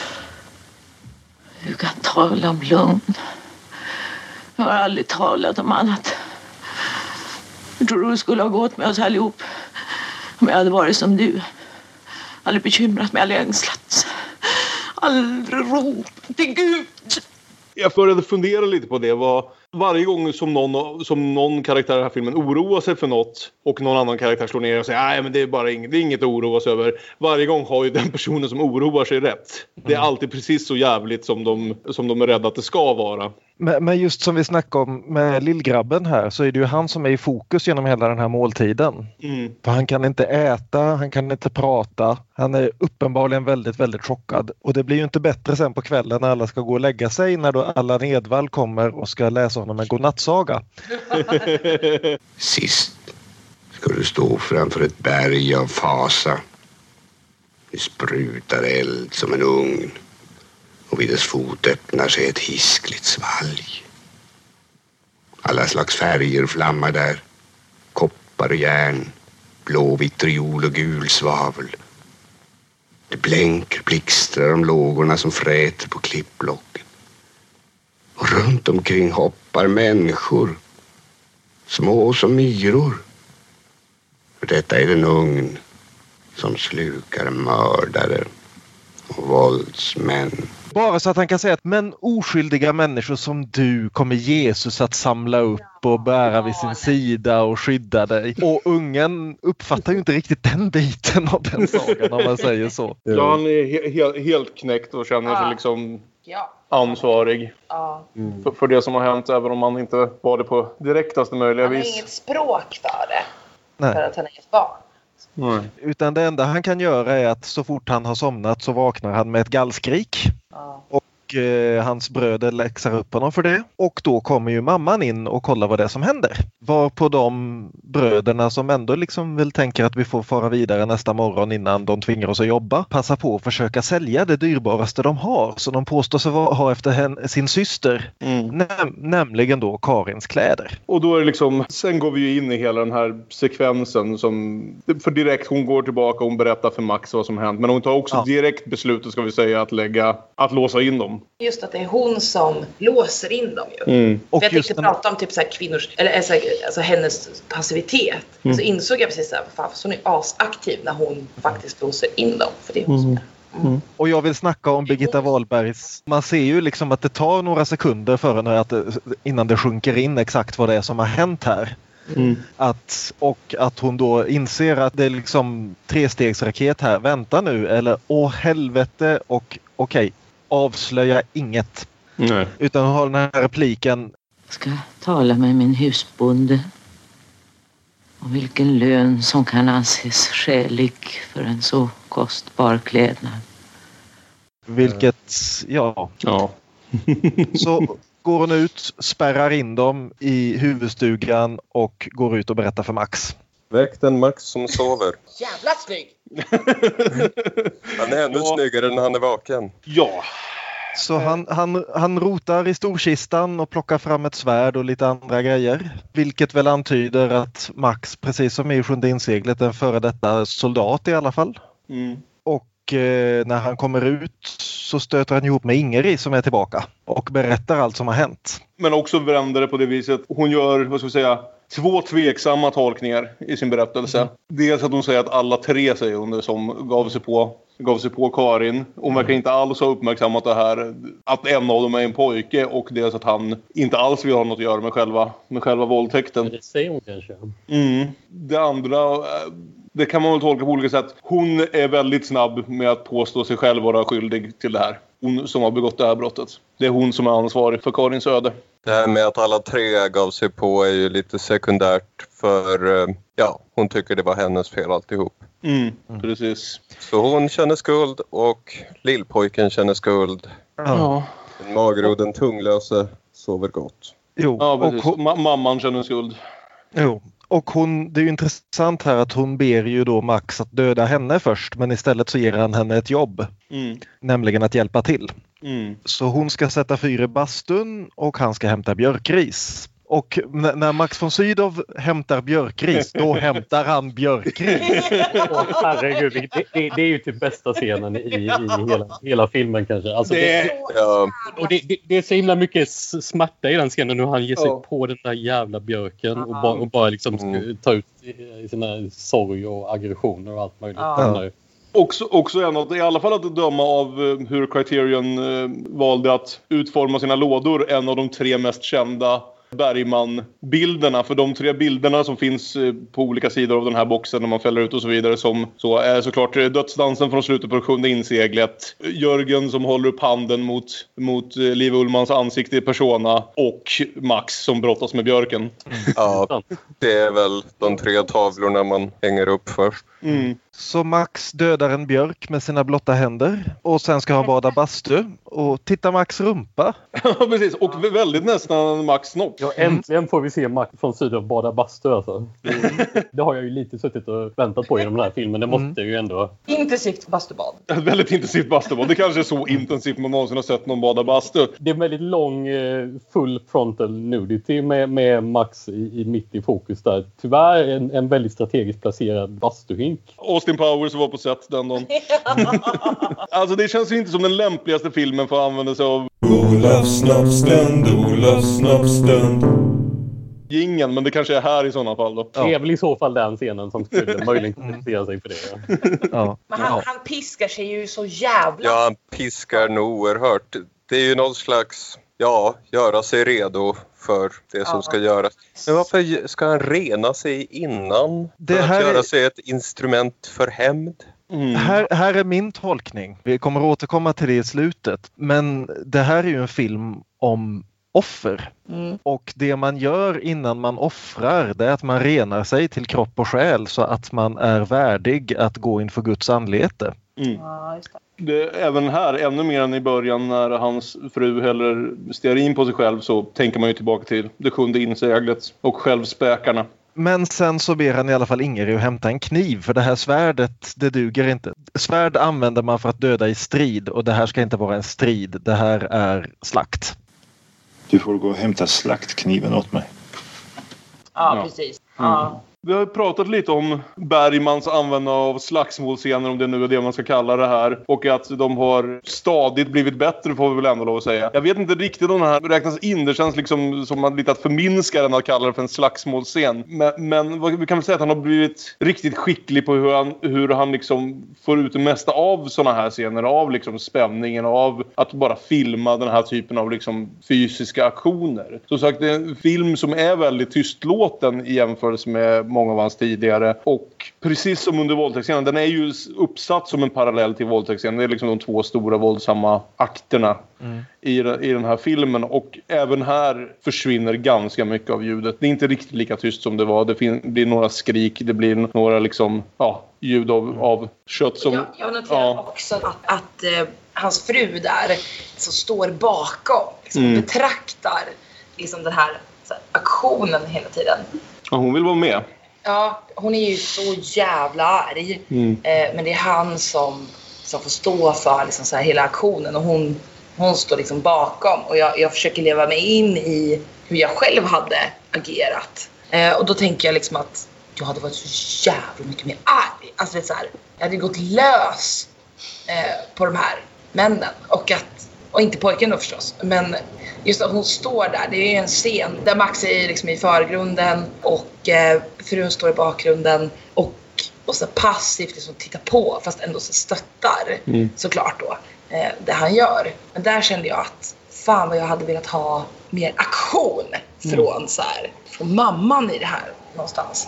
Du kan tala om lugn. Jag har aldrig talat om annat. Jag tror du skulle ha gått med oss allihop om jag hade varit som du. Aldrig bekymrat mig, aldrig ängslat. Aldrig ropat till Gud. Jag började fundera lite på det. Var varje gång som någon, som någon karaktär i den här filmen oroar sig för något och någon annan karaktär slår ner och säger nej men det är bara inget, det är inget att oroa sig över. Varje gång har ju den personen som oroar sig rätt. Det är alltid precis så jävligt som de, som de är rädda att det ska vara. Men, men just som vi snackade om med lillgrabben här så är det ju han som är i fokus genom hela den här måltiden. Mm. För han kan inte äta, han kan inte prata. Han är uppenbarligen väldigt, väldigt chockad. Och det blir ju inte bättre sen på kvällen när alla ska gå och lägga sig när då Allan Edwall kommer och ska läsa honom en godnattsaga. Sist ska du stå framför ett berg av fasa. Det sprutar eld som en ugn. Och vid dess fot öppnar sig ett hiskligt svalg. Alla slags färger flammar där. Koppar och järn, blå vitriol och gul svavel. Det blänker blixtrar om lågorna som fräter på klippblocken. Och runt omkring hoppar människor, små som myror. För detta är den ugn som slukar mördare och våldsmän. Bara så att han kan säga att men oskyldiga människor som du kommer Jesus att samla upp och bära vid sin sida och skydda dig. Och ungen uppfattar ju inte riktigt den biten av den sagan om man säger så. Ja, han är he- he- helt knäckt och känner sig liksom ja. ansvarig ja. mm. för, för det som har hänt även om han inte var det på direktaste möjliga vis. Han har inget språk för det. Nej. För att han är ett barn. Nej. Utan det enda han kan göra är att så fort han har somnat så vaknar han med ett gallskrik. Ja. Och eh, hans bröder läxar upp honom för det. Och då kommer ju mamman in och kollar vad det är som händer. Var på de bröderna som ändå liksom vill tänka att vi får fara vidare nästa morgon innan de tvingar oss att jobba. Passa på att försöka sälja det dyrbaraste de har. Så de påstår sig ha efter henne, sin syster. Mm. Näm- nämligen då Karins kläder. Och då är det liksom, sen går vi ju in i hela den här sekvensen som, för direkt hon går tillbaka och hon berättar för Max vad som hänt. Men hon tar också ja. direkt beslutet ska vi säga att lägga, att låsa in dem. dem. Just att det är hon som låser in dem ju. Mm. Och jag tänkte den... prata om typ så här kvinnors, eller alltså, alltså hennes passivitet. Mm. Så insåg jag precis så här, fan, så hon är asaktiv när hon faktiskt låser in dem. För det är hon mm. som är. Mm. Och jag vill snacka om Birgitta Wahlbergs. Man ser ju liksom att det tar några sekunder för henne att det, innan det sjunker in exakt vad det är som har hänt här. Mm. Att, och att hon då inser att det är liksom trestegsraket här. Vänta nu, eller åh helvete, och okej, okay, avslöja inget. Nej. Utan hon har den här repliken. Ska tala med min husbonde om vilken lön som kan anses skälig för en så kostbar klädnad. Vilket, ja. ja. Så går hon ut, spärrar in dem i huvudstugan och går ut och berättar för Max. Väck den Max som sover. Jävla snygg! Han är ännu ja. snyggare när han är vaken. Ja. Så han, han, han rotar i storkistan och plockar fram ett svärd och lite andra grejer. Vilket väl antyder att Max, precis som i Sjunde inseglet, en före detta soldat i alla fall. Mm. Och eh, när han kommer ut så stöter han ihop med Ingrid som är tillbaka. Och berättar allt som har hänt. Men också vänder det på det viset. Hon gör, vad ska vi säga, två tveksamma tolkningar i sin berättelse. Mm. Dels att hon säger att alla tre, säger hon, som gav sig på gav sig på Karin. Hon verkar inte alls ha uppmärksammat det här. Att en av dem är en pojke. Och dels att han inte alls vill ha något att göra med själva, med själva våldtäkten. Det säger hon kanske. Mm. Det andra, det kan man väl tolka på olika sätt. Hon är väldigt snabb med att påstå sig själv vara skyldig till det här. Hon som har begått det här brottet. Det är hon som är ansvarig för Karins öde. Det här med att alla tre gav sig på är ju lite sekundärt. För ja, hon tycker det var hennes fel alltihop. Mm, precis. Så hon känner skuld och lillpojken känner skuld. Ja. Den magroden tunglöse sover gott. Jo, ja, precis. Och hon... Ma- mamman känner skuld. Jo, och hon, det är ju intressant här att hon ber ju då Max att döda henne först. Men istället så ger han henne ett jobb. Mm. Nämligen att hjälpa till. Mm. Så hon ska sätta fyr i bastun och han ska hämta björkris. Och n- när Max von Sydow hämtar björkris, då hämtar han björkris. Åh, herregud, det, det, det är ju typ bästa scenen i, i hela, hela filmen kanske. Alltså det, det, ja. och det, det, det är så himla mycket smärta i den scenen när han ger sig oh. på den där jävla björken och bara, och bara liksom mm. ta ut sina sorg och aggressioner och allt möjligt. Ja. Också, också en att, i alla fall att döma av hur Criterion eh, valde att utforma sina lådor, en av de tre mest kända Bergman-bilderna, för de tre bilderna som finns på olika sidor av den här boxen när man fäller ut och så vidare, som så är såklart dödsdansen från slutet på Sjunde inseglet, Jörgen som håller upp handen mot, mot Liv Ullmans ansikte i persona och Max som brottas med björken. Ja, det är väl de tre tavlorna man hänger upp först. Mm. Så Max dödar en björk med sina blotta händer och sen ska han bada bastu och titta Max rumpa. Ja, precis. Och väldigt nästan Max snopp. Ja, äntligen får vi se Max från Sydow bada bastu alltså. Det, det har jag ju lite suttit och väntat på i den här filmen. Det måste ju ändå... Intensivt bastubad. Ett väldigt intensivt bastubad. Det kanske är så intensivt man någonsin har sett någon bada bastu. Det är en väldigt lång full frontal nudity med, med Max i, i mitt i fokus där. Tyvärr en, en väldigt strategiskt placerad bastuhink. Austin Powers var på set den dagen. Alltså det känns ju inte som den lämpligaste filmen för att använda sig av Olof Snoppstund, Olof Snoppstund. Ingen, men det kanske är här i sådana fall då. Ja. Det är väl i så fall den scenen som skulle möjligen kompensera sig för det. Ja. Ja. Men han, han piskar sig ju så jävla... Ja, han piskar nog oerhört. Det är ju någon slags, ja, göra sig redo för det som ja. ska göras. Men varför ska han rena sig innan? Det för här att göra är... sig ett instrument för hämnd? Mm. Här, här är min tolkning. Vi kommer återkomma till det i slutet. Men det här är ju en film om offer. Mm. Och det man gör innan man offrar, det är att man renar sig till kropp och själ så att man är värdig att gå inför Guds anlete. Mm. Ja, just det. Det, även här, ännu mer än i början när hans fru häller stearin på sig själv, så tänker man ju tillbaka till det sjunde inseglet och självspäkarna. Men sen så ber han i alla fall Ingrid att hämta en kniv, för det här svärdet, det duger inte. Svärd använder man för att döda i strid, och det här ska inte vara en strid, det här är slakt. Du får gå och hämta slaktkniven åt mig. Ja, precis. Ja. Vi har pratat lite om Bergmans användande av slagsmålscener, om det nu är det man ska kalla det här. Och att de har stadigt blivit bättre, får vi väl ändå lov att säga. Jag vet inte riktigt om den här räknas in. Det känns liksom som att lite att förminska den att kalla det för en slagsmålscen. Men, men vi kan väl säga att han har blivit riktigt skicklig på hur han, hur han liksom får ut det mesta av såna här scener. Av liksom spänningen, av att bara filma den här typen av liksom fysiska aktioner. Som sagt, det är en film som är väldigt tystlåten i jämförelse med många av hans tidigare. Och precis som under våldtäktsscenen, den är ju uppsatt som en parallell till våldtäktsscenen. Det är liksom de två stora våldsamma akterna mm. i, i den här filmen. Och även här försvinner ganska mycket av ljudet. Det är inte riktigt lika tyst som det var. Det fin- blir några skrik, det blir några liksom, ja, ljud av, av kött som... Jag, jag noterar ja. också att, att eh, hans fru där så står bakom liksom, mm. betraktar liksom den här, så här aktionen hela tiden. Ja, hon vill vara med. Ja, hon är ju så jävla arg. Mm. Eh, men det är han som, som får stå för liksom, så här, hela aktionen. Och hon, hon står liksom bakom. Och jag, jag försöker leva mig in i hur jag själv hade agerat. Eh, och då tänker jag liksom att jag hade varit så jävla mycket mer arg. Alltså det är så här, jag hade gått lös eh, på de här männen. Och, att, och inte pojken då förstås. Men just att hon står där, det är en scen där Max är liksom i förgrunden och eh, frun står i bakgrunden och, och så passivt liksom tittar på fast ändå så stöttar mm. såklart då eh, det han gör. Men där kände jag att fan vad jag hade velat ha mer aktion från mm. så här, från mamman i det här någonstans.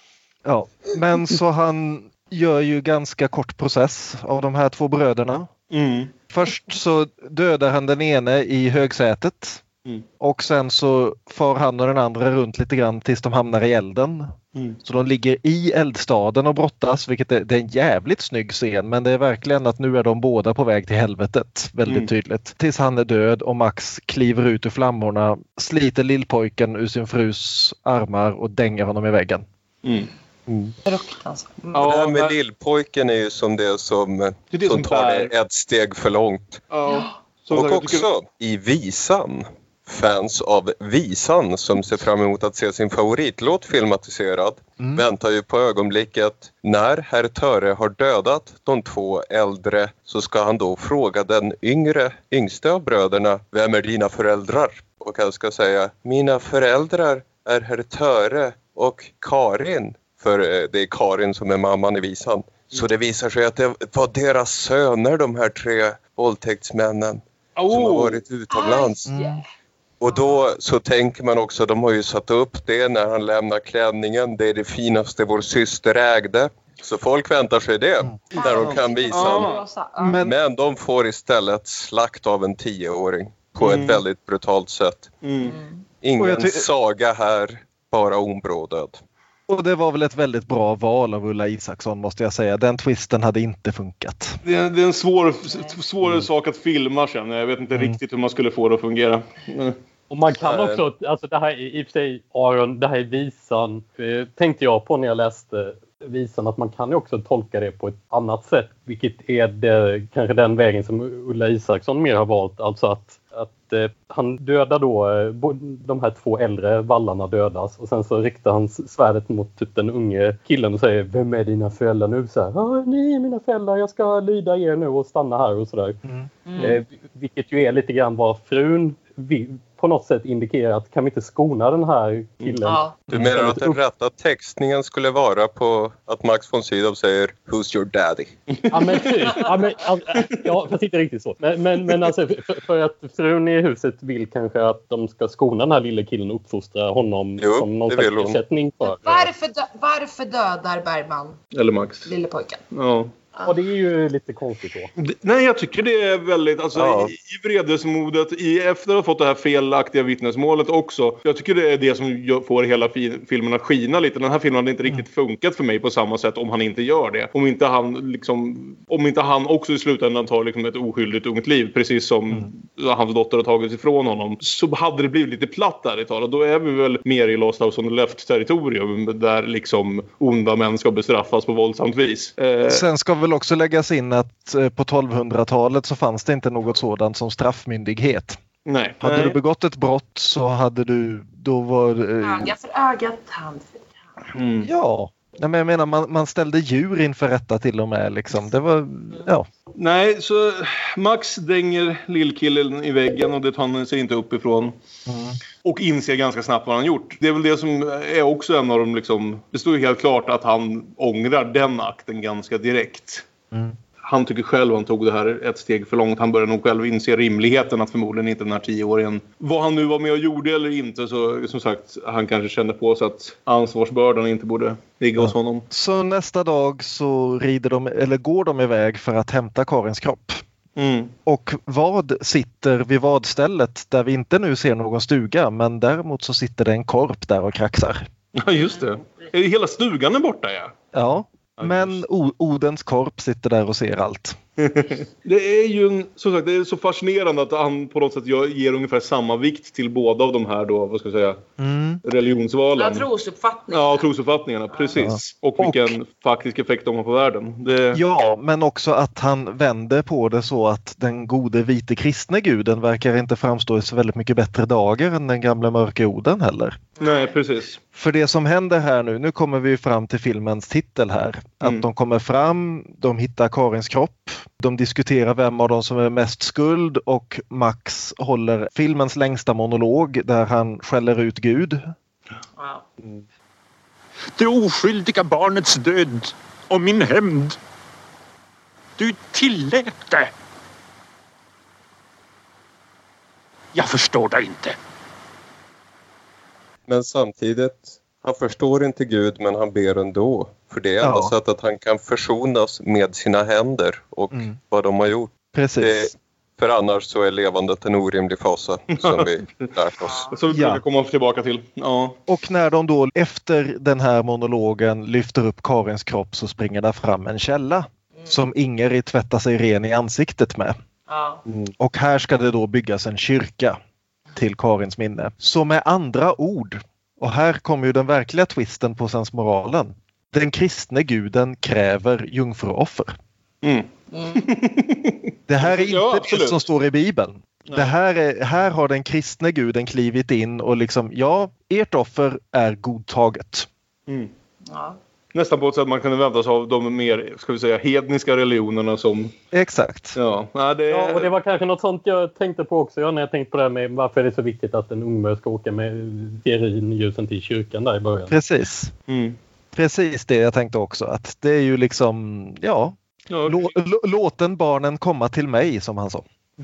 Ja, men så han gör ju ganska kort process av de här två bröderna. Mm. Först så dödar han den ene i högsätet mm. och sen så far han och den andra runt lite grann tills de hamnar i elden. Mm. Så de ligger i eldstaden och brottas, vilket är, det är en jävligt snygg scen, men det är verkligen att nu är de båda på väg till helvetet, väldigt mm. tydligt. Tills han är död och Max kliver ut ur flammorna, sliter lillpojken ur sin frus armar och dänger honom i väggen. Mm. Mm. Fruktansvärt. Ja, det här med lillpojken är ju som det som, det det som, som tar bär. det ett steg för långt. Ja. Och sagt, också tycker... i visan, fans av visan som ser fram emot att se sin favoritlåt filmatiserad mm. väntar ju på ögonblicket när herr Töre har dödat de två äldre, så ska han då fråga den yngre, yngste av bröderna: vem är dina föräldrar? Och han ska säga: mina föräldrar är herr Töre och Karin. För det är Karin som är mamman i visan. Så det visar sig att det var deras söner, de här tre våldtäktsmännen oh. som har varit utomlands. Mm. Och då så tänker man också, de har ju satt upp det när han lämnar klänningen. Det är det finaste vår syster ägde. Så folk väntar sig det mm. där de kan visa. Mm. Men... Men de får istället slakt av en tioåring på mm. ett väldigt brutalt sätt. Mm. Ingen ty- saga här, bara ombrådad. Och det var väl ett väldigt bra val av Ulla Isaksson, måste jag säga. Den twisten hade inte funkat. Det är, det är en svår, svår mm. sak att filma sen. Jag vet inte mm. riktigt hur man skulle få det att fungera. Mm. Och man kan också, alltså det här i och för sig, Aron, det här är visan. Eh, tänkte jag på när jag läste visan, att man kan ju också tolka det på ett annat sätt. Vilket är det, kanske den vägen som Ulla Isaksson mer har valt. Alltså att Att eh, han dödar då, eh, de här två äldre vallarna dödas. Och sen så riktar han svärdet mot typ den unge killen och säger: vem är dina föräldrar nu? Så här, ni är mina föräldrar, jag ska lyda er nu och stanna här och sådär. Mm. Mm. Eh, vilket ju är lite grann vad frun vill, på något sätt indikerar att kan vi inte skona den här killen. Mm. Du menar att den rätta textningen skulle vara på att Max von Sydow säger Who's your daddy? Ja men typ. Ja, men, ja, fast inte riktigt så. Men, men, men alltså för, för att frun i huset vill kanske att de ska skona den här lilla killen och uppfostra honom jo, som någon slags ersättning för. Varför, dö- varför dödar Bergman eller Max lille pojken? Ja. Och det är ju lite konstigt då. Nej, jag tycker det är väldigt, alltså ja. i, i vredesmodet, i, efter att ha fått det här felaktiga vittnesmålet också. Jag tycker det är det som får hela fi, filmen att skina lite. Den här filmen hade inte riktigt funkat för mig på samma sätt om han inte gör det. Om inte han liksom, om inte han också i slutändan tar liksom ett oskyldigt ungt liv, precis som mm. hans dotter har tagit ifrån honom, så hade det blivit lite platt där i tal. Och då är vi väl mer i Lost House on the Left territorium, där liksom onda män ska bestraffas på våldsamt vis. Eh, Sen ska vi väl också läggas in att på tolvhundratalet så fanns det inte något sådant som straffmyndighet. Nej. Hade Nej. du begått ett brott så hade du, då var... Öga för öga, tand för tand. Mm. Ja. Nej, men jag menar, man, man ställde djur inför rätta till och med. Liksom. Det var, ja. Nej, så Max dänger lillkillen i väggen och det tar han sig inte uppifrån. Mm. Och inser ganska snabbt vad han gjort. Det är väl det som är också en av dem liksom... Det står ju helt klart att han ångrar den akten ganska direkt. Mm. Han tycker själv han tog det här ett steg för långt. Han börjar nog själv inse rimligheten att förmodligen inte den här tioåringen... Vad han nu var med och gjorde eller inte, så som sagt, han kanske kände på sig att ansvarsbördan inte borde ligga hos honom. Så nästa dag så rider de, eller går de iväg för att hämta Karins kropp. Mm. Och vad sitter vid vadstället där vi inte nu ser någon stuga, men däremot så sitter det en korp där och kraxar. Ja, just det. Hela stugan är borta, ja. Ja. Men o- Odens korp sitter där och ser allt. Det är ju en, som sagt, det är så fascinerande att han på något sätt ger ungefär samma vikt till båda av de här då, vad ska jag säga, mm. religionsvalen. Ja, trosuppfattningarna. Ja, trosuppfattningarna, precis. Ja. Och vilken och, faktisk effekt de har på världen. Det... Ja, men också att han vänder på det så att den gode vite kristne guden verkar inte framstå i så väldigt mycket bättre dagar än den gamla mörke Oden heller. Nej, precis. För det som händer här nu, nu kommer vi fram till filmens titel här. Att mm. de kommer fram, de hittar Karins kropp. De diskuterar vem av dem som är mest skuld och Max håller filmens längsta monolog där han skäller ut Gud. Wow. Mm. Det oskyldiga barnets död och min hämnd. Du tillät det. Jag förstår det inte. Men samtidigt, han förstår inte Gud, men han ber ändå. För det är enda ja. sättet att han kan försonas med sina händer och mm. vad de har gjort. Precis. Det, för annars så är levandet en orimlig fasa som vi lärt oss. Så vi brukar ja. komma tillbaka till. Ja. Och när de då efter den här monologen lyfter upp Karins kropp så springer där fram en källa mm. som Inger tvättar sig ren i ansiktet med. Ja. Mm. Och här ska det då byggas en kyrka till Karins minne. Så med andra ord, och här kommer ju den verkliga twisten på sensmoralen. Den kristne guden kräver jungfruoffer. Mm. Mm. Det här är inte ja, det som står i Bibeln. Det här, är, här har den kristne guden klivit in och liksom, ja, ert offer är godtaget. Mm. Ja. Nästan på ett sätt man kan vänta sig av de mer, ska vi säga, hedniska religionerna som... Exakt. Ja, nej, det... ja, och det var kanske något sånt jag tänkte på också. Ja, när jag tänkte på det här med varför är det så viktigt att en ungmö ska åka med stearinljusen till kyrkan där i början. Precis. Mm. Precis det jag tänkte också. Att det är ju liksom, ja, ja. Lå, lå, låten barnen komma till mig, som han sa.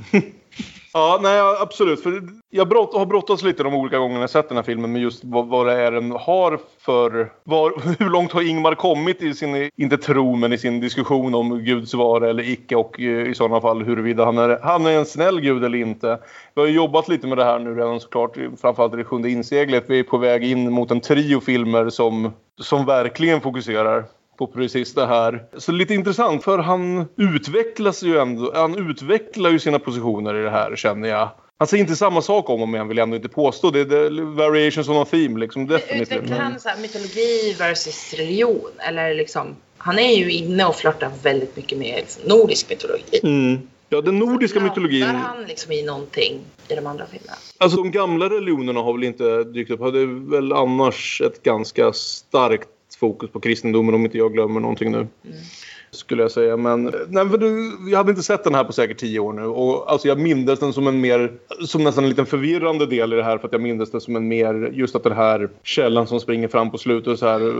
Ja, nej, absolut. För jag brott, har brottats lite de olika gångerna jag sett den här filmen med just vad, vad det är den har för... Var, hur långt har Ingmar kommit i sin, inte tro, men i sin diskussion om Guds vara eller icke, och i sådana fall huruvida han är, han är en snäll gud eller inte. Vi har jobbat lite med det här nu redan såklart, framförallt i det sjunde inseglet. Vi är på väg in mot en trio filmer som, som verkligen fokuserar på precis det här. Så lite intressant, för han utvecklas ju ändå, han utvecklar ju sina positioner i det här, känner jag. Han säger inte samma sak om om jag vill ändå inte påstå. Det är det, variations on a theme, liksom, definitivt. Utvecklar han så här mytologi versus religion? Eller liksom, han är ju inne och flörtar väldigt mycket med liksom, nordisk mytologi. Mm. Ja, den nordiska så mytologin... Där han liksom i någonting i de andra filmerna. Alltså de gamla religionerna har väl inte dykt upp. Hade väl annars ett ganska starkt fokus på kristendomen, om inte jag glömmer någonting nu. Mm. Skulle jag säga. Men nej, för du, jag hade inte sett den här på säkert tio år nu. Och alltså jag mindes den som en mer, som nästan en liten förvirrande del i det här. För att jag mindes den som en mer, just att den här källan som springer fram på slutet så här.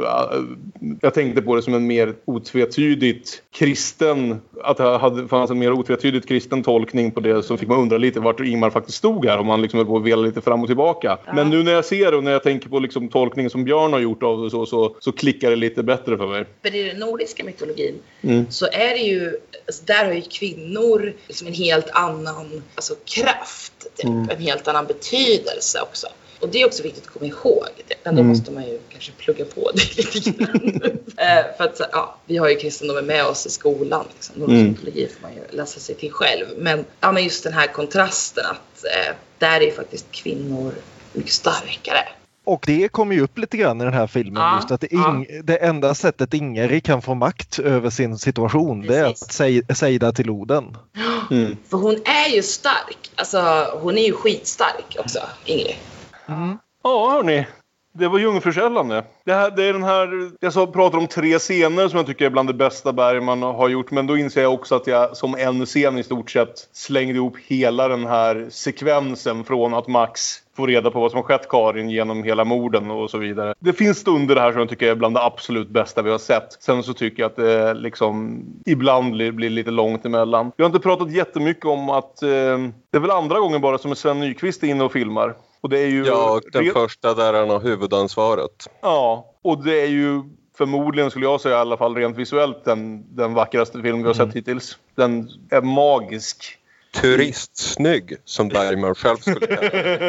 Jag tänkte på det som en mer otvetydigt kristen, att det hade, fanns en mer otvetydigt kristen tolkning på det, som fick man undra lite vart Ingmar faktiskt stod här. Om man liksom höll på att vela lite fram och tillbaka. Ja. Men nu när jag ser det och när jag tänker på liksom tolkningen som Björn har gjort av det så, så, så klickar det lite bättre för mig. För i den nordiska mytologin Mm. så är det ju, alltså där har ju kvinnor liksom en helt annan alltså kraft, typ, mm. en helt annan betydelse också. Och det är också viktigt att komma ihåg det. Men då mm. måste man ju kanske plugga på det lite grann. eh, för att så, ja, vi har ju kristendomen med oss i skolan. Liksom. Nordisk mm. mytologi får man ju läsa sig till själv. Men, ja, men just den här kontrasten att eh, där är ju faktiskt kvinnor mycket starkare. Och det kommer ju upp lite grann i den här filmen. Ja, just att det, ing, ja. det enda sättet Ingeri kan få makt över sin situation, precis, det är att säga, säga till Oden. Mm. För hon är ju stark. Alltså hon är ju skitstark också, Ingrid. Mm. Ja, hörni. Det var Jungfrukällan det. Det, här, det är den här, jag så pratar om tre scener som jag tycker är bland det bästa Bergman har gjort. Men då inser jag också att jag som en scen i stort sett slängde ihop hela den här sekvensen från att Max får reda på vad som har skett Karin genom hela morden och så vidare. Det finns stunder här som jag tycker är bland det absolut bästa vi har sett. Sen så tycker jag att det liksom ibland blir, blir lite långt emellan. Vi har inte pratat jättemycket om att eh, det är väl andra gången bara som Sven Nykvist är inne och filmar. Och det är ju ja, och den re- första där han har huvudansvaret. Ja, och det är ju förmodligen skulle jag säga i alla fall rent visuellt den, den vackraste film vi har sett mm. hittills. Den är magisk. Turistsnygg som Bergman själv skulle kalla.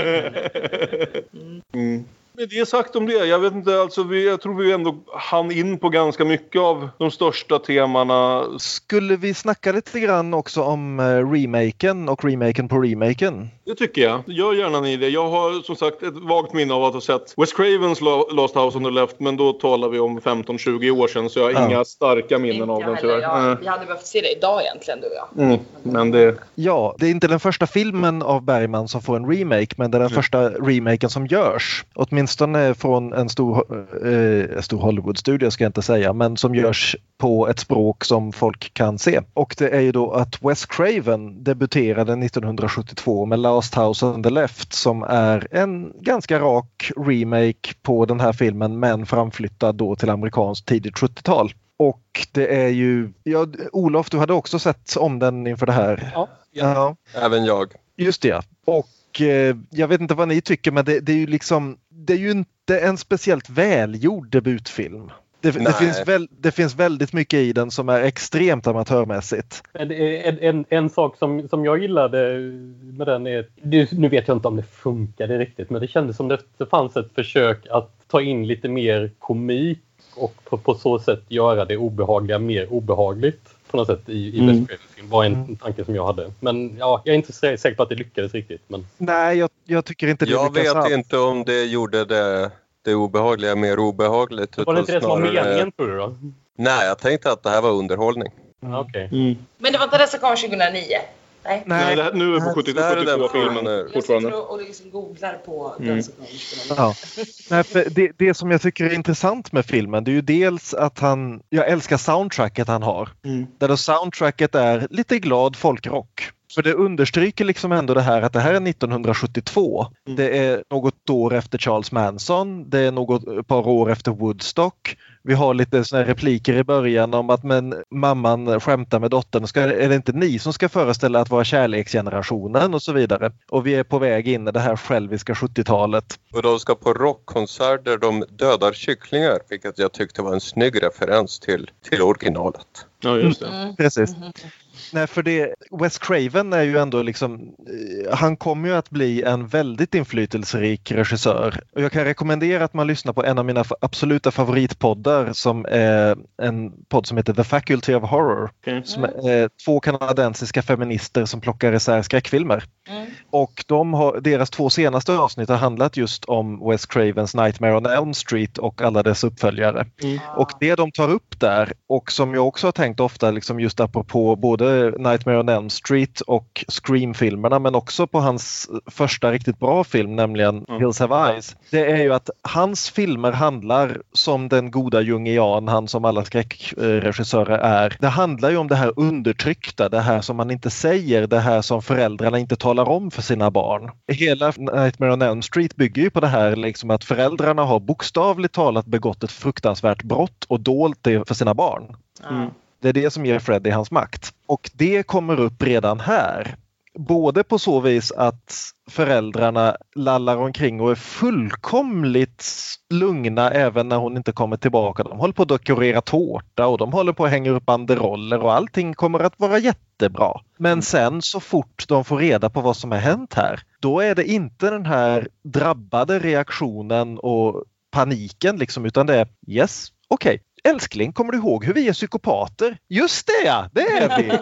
mm. Med det sagt om det, jag vet inte, alltså vi, jag tror vi ändå hann in på ganska mycket av de största temana. Skulle vi snacka lite grann också om remaken och remaken på remaken? Det tycker jag. Gör gärna ni det. Jag har som sagt ett vagt minne av att ha sett Wes Cravens Last House on the Left, men då talar vi om femton tjugo år sedan, så jag har ja. inga starka minnen inte av den tyvärr. Jag, vi hade behövt se det idag egentligen, du och jag. Mm, men det... Ja, det är inte den första filmen av Bergman som får en remake, men det är den mm. första remaken som görs. Åtminstone från en stor, eh, stor Hollywood-studio ska jag inte säga, men som görs på ett språk som folk kan se. Och det är ju då att Wes Craven debuterade nittonhundrasjuttiotvå med Last House on the Left, som är en ganska rak remake på den här filmen, men framflyttad då till amerikanskt tidigt sjuttiotal. Och det är ju, ja, Olof, du hade också sett om den inför det här. Ja, ja. Även jag. Just det, och eh, jag vet inte vad ni tycker, men det, det är ju liksom, det är ju inte en speciellt välgjord debutfilm. Det, det, finns väl, det finns väldigt mycket i den som är extremt amatörmässigt. En, en, en sak som, som jag gillade med den är, nu vet jag inte om det funkade riktigt, men det kändes som det, det fanns ett försök att ta in lite mer komik och på, på så sätt göra det obehagliga mer obehagligt på något sätt i, i mm. Wes Craven var en mm. tanke som jag hade. Men ja, jag är inte säker på att det lyckades riktigt. Men... Nej, jag, jag tycker inte det Jag vet allt. inte om det gjorde det, det obehagliga mer obehagligt. Var det inte det som var meningen, tror du då? Nej, jag tänkte att det här var underhållning. Mm. Okay. Mm. Men det var inte det som kom tjugohundraniio? Nej, Nej det här, nu är det på sjuttiotvå-filmen fortfarande. Jag och liksom googlar på mm. den som kom tjugohundraniio. Ja. Nej, för det, det som jag tycker är intressant med filmen, det är ju dels att han, jag älskar soundtracket han har. Mm. Där då soundtracket är lite glad folkrock. För det understryker liksom ändå det här att det här är nittonhundrasjuttiotvå. Mm. Det är något år efter Charles Manson. Det är något ett par år efter Woodstock. Vi har lite såna här repliker i början om att men mamman skämtar med dottern. Ska, är det inte ni som ska föreställa att vara kärleksgenerationen och så vidare. Och vi är på väg in i det här själviska sjuttiotalet. Och de ska på rockkonsert där de dödar kycklingar. Vilket jag tyckte var en snygg referens till, till originalet. Ja, just det. Mm. Precis. Nej, för det, Wes Craven är ju ändå liksom, han kommer ju att bli en väldigt inflytelserik regissör. Och jag kan rekommendera att man lyssnar på en av mina absoluta favoritpoddar som är en podd som heter The Faculty of Horror. Mm. Som är två kanadensiska feminister som plockar isär skräckfilmer. Mm. Och de har, deras två senaste avsnitt har handlat just om Wes Cravens Nightmare on Elm Street och alla dess uppföljare. Mm. Och det de tar upp där, och som jag också har tänkt ofta liksom just apropå både Nightmare on Elm Street och Scream-filmerna, men också på hans första riktigt bra film, nämligen mm. Hills Have Eyes. Det är ju att hans filmer handlar som den goda jungian, han som alla skräckregissörer är. Det handlar ju om det här undertryckta, det här som man inte säger, det här som föräldrarna inte talar om för sina barn. Hela Nightmare on Elm Street bygger ju på det här liksom att föräldrarna har bokstavligt talat begått ett fruktansvärt brott och dolt det för sina barn. Mm. Det är det som ger Freddy hans makt. Och det kommer upp redan här. Både på så vis att föräldrarna lallar omkring och är fullkomligt lugna även när hon inte kommer tillbaka. De håller på att dekorera tårta och de håller på att hänga upp banderoller och allting kommer att vara jättebra. Men sen så fort de får reda på vad som har hänt här, då är det inte den här drabbade reaktionen och paniken liksom, utan det är yes, okej. Okay. Älskling, kommer du ihåg hur vi är psykopater? Just det, ja, det är vi.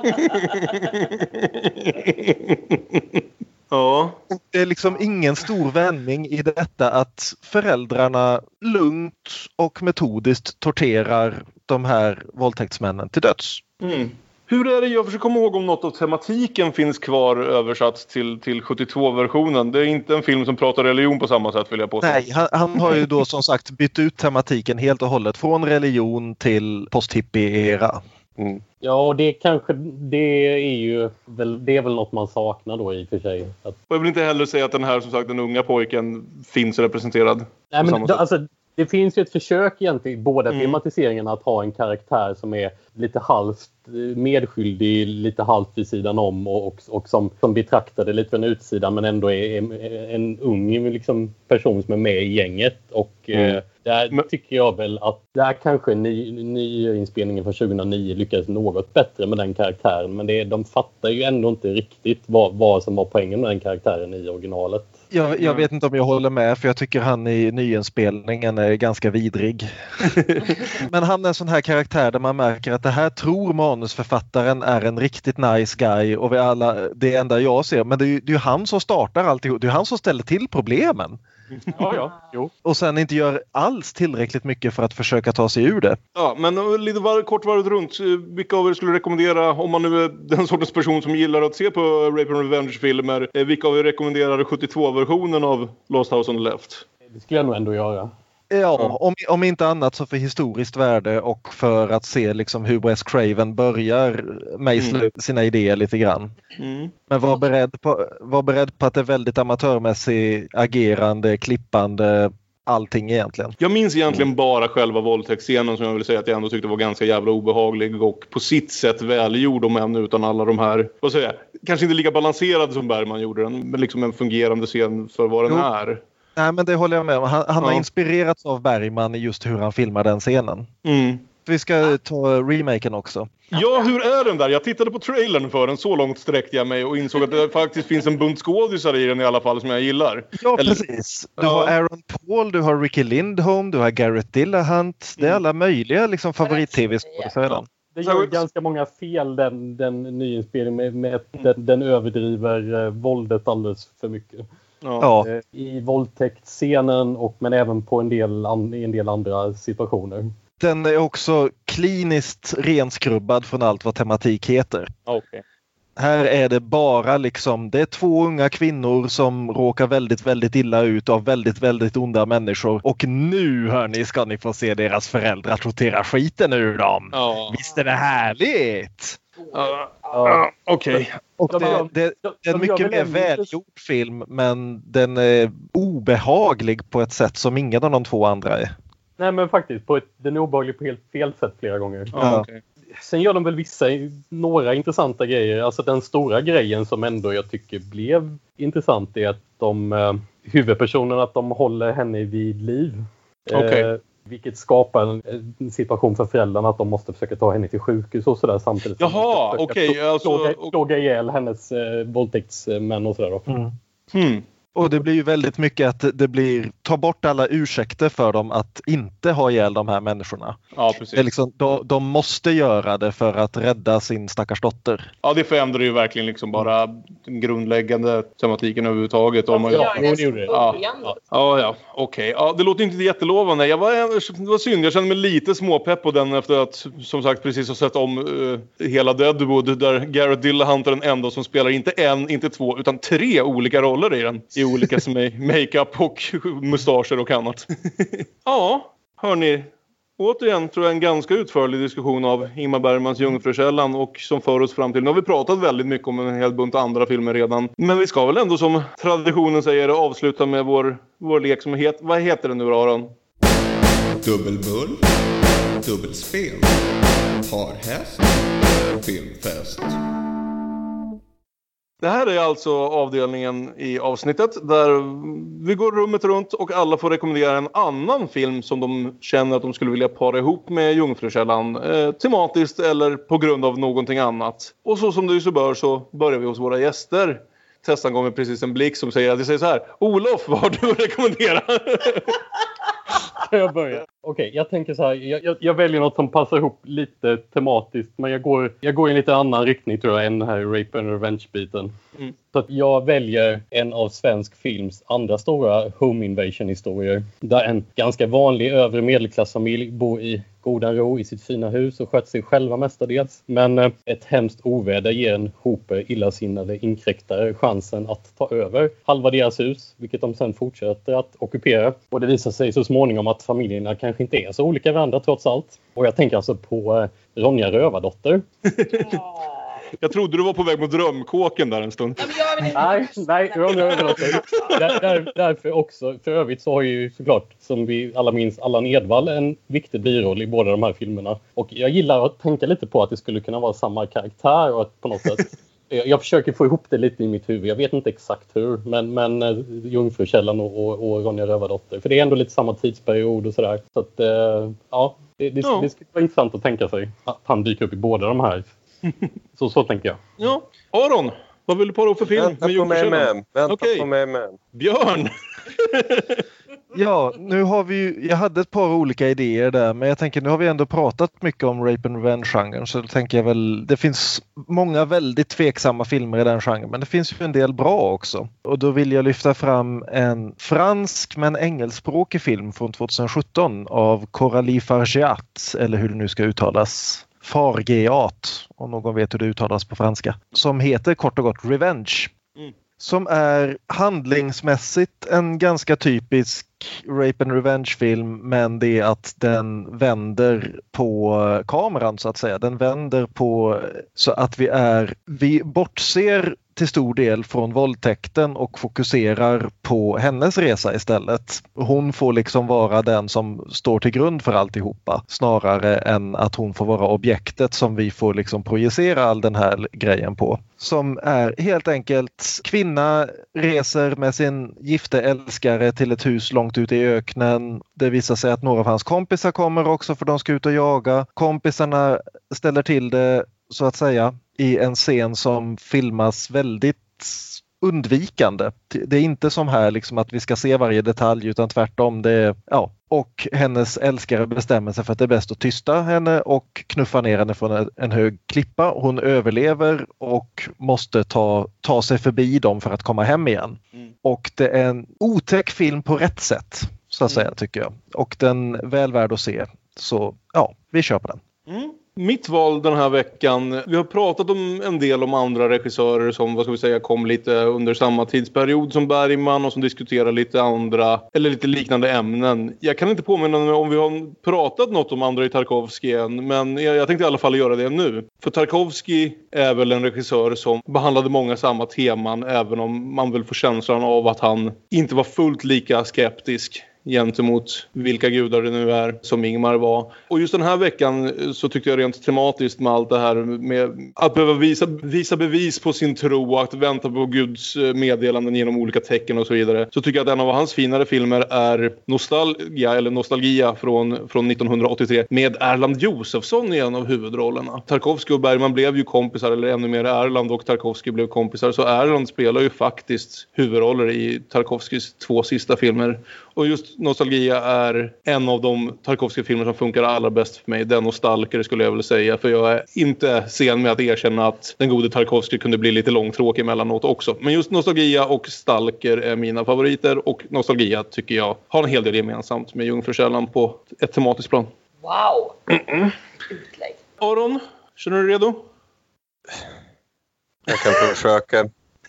Ja. Det är liksom ingen stor vändning i detta att föräldrarna lugnt och metodiskt torterar de här våldtäktsmännen till döds. Mm. Hur är det? Jag försöker komma ihåg om något av tematiken finns kvar översatt till, till sjuttiotvå-versionen. Det är inte en film som pratar religion på samma sätt, vill jag påstå. Nej, han, han har ju då som sagt bytt ut tematiken helt och hållet från religion till post-hippie-era. Mm. Ja, och det kanske det är ju väl, det är väl något man saknar då i och för sig. Att... Och jag vill inte heller säga att den här, som sagt, den unga pojken finns representerad. Nej, men då, alltså, det finns ju ett försök egentligen i båda Mm. tematiseringarna att ha en karaktär som är lite halvt medskyldig, lite halvt vid sidan om och, och, och som, som betraktar det lite från utsidan men ändå är, är en ung liksom, person som är med i gänget. Och Mm. eh, där men... tycker jag väl att där kanske ny, nyinspelningen från tjugohundranio lyckades något bättre med den karaktären. Men det, de fattar ju ändå inte riktigt vad, vad som var poängen med den karaktären i originalet. Jag, jag vet inte om jag håller med, för jag tycker han i nyinspelningen är ganska vidrig. Men han är en sån här karaktär där man märker att det här tror manusförfattaren är en riktigt nice guy och vi alla, det enda jag ser, men det är ju, det är ju han som startar alltihop, det är ju han som ställer till problemen. Ja, ja. Jo. Och sen inte gör alls tillräckligt mycket för att försöka ta sig ur det. Ja, men lite var, kort varvet runt. Vilka av er skulle rekommendera, om man nu är den sortens person som gillar att se på Rape and Revenge-filmer, vilka av er rekommenderar sjuttiotvå-versionen av Lost House on the Left? Det skulle jag nog ändå göra. Ja, om, om inte annat så för historiskt värde och för att se liksom hur Wes Craven börjar mejsla Mm. ut sina idéer lite grann. Mm. Men var beredd, på, var beredd på att det är väldigt amatörmässigt agerande, klippande, allting egentligen. Jag minns egentligen bara själva våldtäktsscenen som jag vill säga att jag ändå tyckte var ganska jävla obehaglig och på sitt sätt välgjord om än utan alla de här, vad säger jag, kanske inte lika balanserad som Bergman gjorde den, men liksom en fungerande scen för vad den Jo. är. Nej, men det håller jag med om. Han, han har Ja. inspirerats av Bergman i just hur han filmar den scenen. Mm. Vi ska ta remaken också. Ja, hur är den där? Jag tittade på trailern för den, så långt sträckte jag mig och insåg att det faktiskt finns en bunt skådisar i den i alla fall som jag gillar. Ja, Eller- precis. Du Ja. har Aaron Paul, du har Ricky Lindholm, du har Garrett Dillahunt. Det är alla möjliga liksom, favorit-tv-skådisar redan. Det gör ganska många fel den, den nyinspelningen med, med att den, den överdriver eh, våldet alldeles för mycket. Ja. Eh, I våldtäktsscenen och men även på en del, an, i en del andra situationer. Den är också kliniskt renskrubbad från allt vad tematik heter. Okay. Här är det bara liksom, det är två unga kvinnor som råkar väldigt, väldigt illa ut av väldigt, väldigt onda människor. Och nu, hörni, ska ni få se deras föräldrar tortera skiten ur dem. Ja. Visst är det härligt? Ja, ja, okej. Och De det, gör- det, det är en de gör mycket väl mer ändå- välgjord film, men den är obehaglig på ett sätt som ingen av de två andra är. Nej men faktiskt, på ett, den är obehaglig på helt fel sätt flera gånger. Ja, okej. Sen gör de väl vissa, några intressanta grejer. Alltså den stora grejen som ändå jag tycker blev intressant är att de eh, huvudpersonerna, att de håller henne vid liv. Okej. Eh, vilket skapar en, en situation för föräldrarna att de måste försöka ta henne till sjukhus och sådär samtidigt. som Jaha, de försöker okej, plå- alltså- plåga, plåga ihjäl hennes eh, våldtäktsmän och sådär då. Hmm. Och det blir ju väldigt mycket att det blir, ta bort alla ursäkter för dem att inte ha ihjäl de här människorna. Ja, Det är precis. liksom, de, de måste göra det för att rädda sin stackars dotter. Ja, det förändrar ju verkligen liksom bara den grundläggande tematiken överhuvudtaget. Om man, Ja, jo, det gjorde det. Ja, ja, ja okej. Ja, det låter inte jättelovande. Jag var, det var synd, jag kände mig lite småpepp på den efter att, som sagt, precis ha sett om uh, hela Deadwood där Garrett Dillahunt är den enda som spelar inte en, inte två, utan tre olika roller i den. I olika som är makeup och mustascher och annat. Ja, hörni. Återigen tror jag en ganska utförlig diskussion av Ingmar Bergmans Jungfrukällan och som för oss fram till. Nu har vi pratat väldigt mycket om en hel bunt andra filmer redan. Men vi ska väl ändå som traditionen säger avsluta med vår, vår lek som heter, vad heter den nu då, Aron? Dubbelbull, dubbelspel, parhäst, filmfest. Det här är alltså avdelningen i avsnittet där vi går rummet runt och alla får rekommendera en annan film som de känner att de skulle vilja para ihop med Jungfrukällan eh, tematiskt eller på grund av någonting annat. Och så som det ju så bör så börjar vi hos våra gäster. Tessan gav mig precis en blick som säger att jag säger så här: Olof, vad har du att rekommendera? Jag börjar. Okej, jag tänker så här. Jag, jag, jag väljer något som passar ihop lite tematiskt. Men jag går, jag går i en lite annan riktning tror jag än den här Rape and Revenge-biten. Mm. Så att jag väljer en av svensk films andra stora home invasion-historier. Där en ganska vanlig övre medelklassfamilj bor i godan ro i sitt fina hus och sköter sig själva mestadels. Men eh, ett hemskt oväder ger en hoper illasinnade inkräktare chansen att ta över halva deras hus, vilket de sen fortsätter att ockupera. Och det visar sig så småningom att familjerna kanske inte är så olika varandra trots allt. Och jag tänker alltså på eh, Ronja Rövardotter. Jag trodde du var på väg mot drömkåken där en stund. Nej, nej, Ronja Rövardotter. Där, där, därför också, för övrigt så har ju såklart, som vi alla minns, Allan Edwall en viktig biroll i båda de här filmerna. Och jag gillar att tänka lite på att det skulle kunna vara samma karaktär och att på något sätt... Jag försöker få ihop det lite i mitt huvud. Jag vet inte exakt hur, men, men uh, Jungfrukällan och, och, och Ronja Rövardotter. För det är ändå lite samma tidsperiod och sådär. Så att, uh, ja, det, det, ja. det skulle vara intressant att tänka sig att han dyker upp i båda de här. Så, så tänker jag. Ja, Aron, vad vill du på då för film? Vänta med på mig med. Vänta okay. på mig med. Björn! Ja, nu har vi ju, jag hade ett par olika idéer där, men jag tänker nu har vi ändå pratat mycket om rape and revenge-genren, så då tänker jag väl, det finns många väldigt tveksamma filmer i den genren, men det finns ju en del bra också. Och då vill jag lyfta fram en fransk men engelskspråkig film från tjugohundrasjutton av Coralie Fargeat, eller hur det nu ska uttalas. Fargeat, om någon vet hur det uttalas på franska. Som heter kort och gott Revenge. Mm. Som är handlingsmässigt en ganska typisk rape and revenge-film, men det är att den vänder på kameran så att säga. Den vänder på så att vi är, vi bortser till stor del från våldtäkten och fokuserar på hennes resa istället. Hon får liksom vara den som står till grund för alltihopa, snarare än att hon får vara objektet som vi får liksom projicera all den här grejen på. Som är helt enkelt, kvinna reser med sin gifte älskare till ett hus långt ute i öknen. Det visar sig att några av hans kompisar kommer också för de ska ut och jaga. Kompisarna ställer till det så att säga i en scen som filmas väldigt undvikande. Det är inte som här liksom att vi ska se varje detalj, utan tvärtom. Det är, ja. Och hennes älskare bestämmer sig för att det är bäst att tysta henne och knuffa ner henne från en hög klippa. Hon överlever och måste ta, ta sig förbi dem för att komma hem igen. Mm. Och det är en otäck film på rätt sätt, så att säga, mm. tycker jag. Och den är väl värd att se. Så ja, vi kör på den. Mm. Mitt val den här veckan, vi har pratat om en del om andra regissörer som, vad ska vi säga, kom lite under samma tidsperiod som Bergman och som diskuterar lite andra, eller lite liknande ämnen. Jag kan inte påminna mig om vi har pratat något om Andrei Tarkovsky än, men jag, jag tänkte i alla fall göra det nu. För Tarkovsky är väl en regissör som behandlade många samma teman, även om man väl får känslan av att han inte var fullt lika skeptisk gentemot vilka gudar det nu är som Ingmar var. Och just den här veckan så tyckte jag rent tematiskt med allt det här med att behöva visa, visa bevis på sin tro och att vänta på Guds meddelanden genom olika tecken och så vidare. Så tycker jag att en av hans finare filmer är Nostalgia eller Nostalgia från, från nittonhundraåttiotre med Erland Josephson i en av huvudrollerna. Tarkovsky och Bergman blev ju kompisar, eller ännu mer Erland och Tarkovsky blev kompisar, så Erland spelar ju faktiskt huvudroller i Tarkovskys två sista filmer. Och just Nostalgia är en av de Tarkovsky-filmer som funkar allra bäst för mig. Den och Stalker skulle jag väl säga. För jag är inte sen med att erkänna att den gode Tarkovsky kunde bli lite långtråkig emellanåt också. Men just Nostalgia och Stalker är mina favoriter. Och Nostalgia tycker jag har en hel del gemensamt med Jungfrukällan på ett tematiskt plan. Wow! Mm-mm. Utlägg. Aron, känner du dig redo? Jag kan försöka.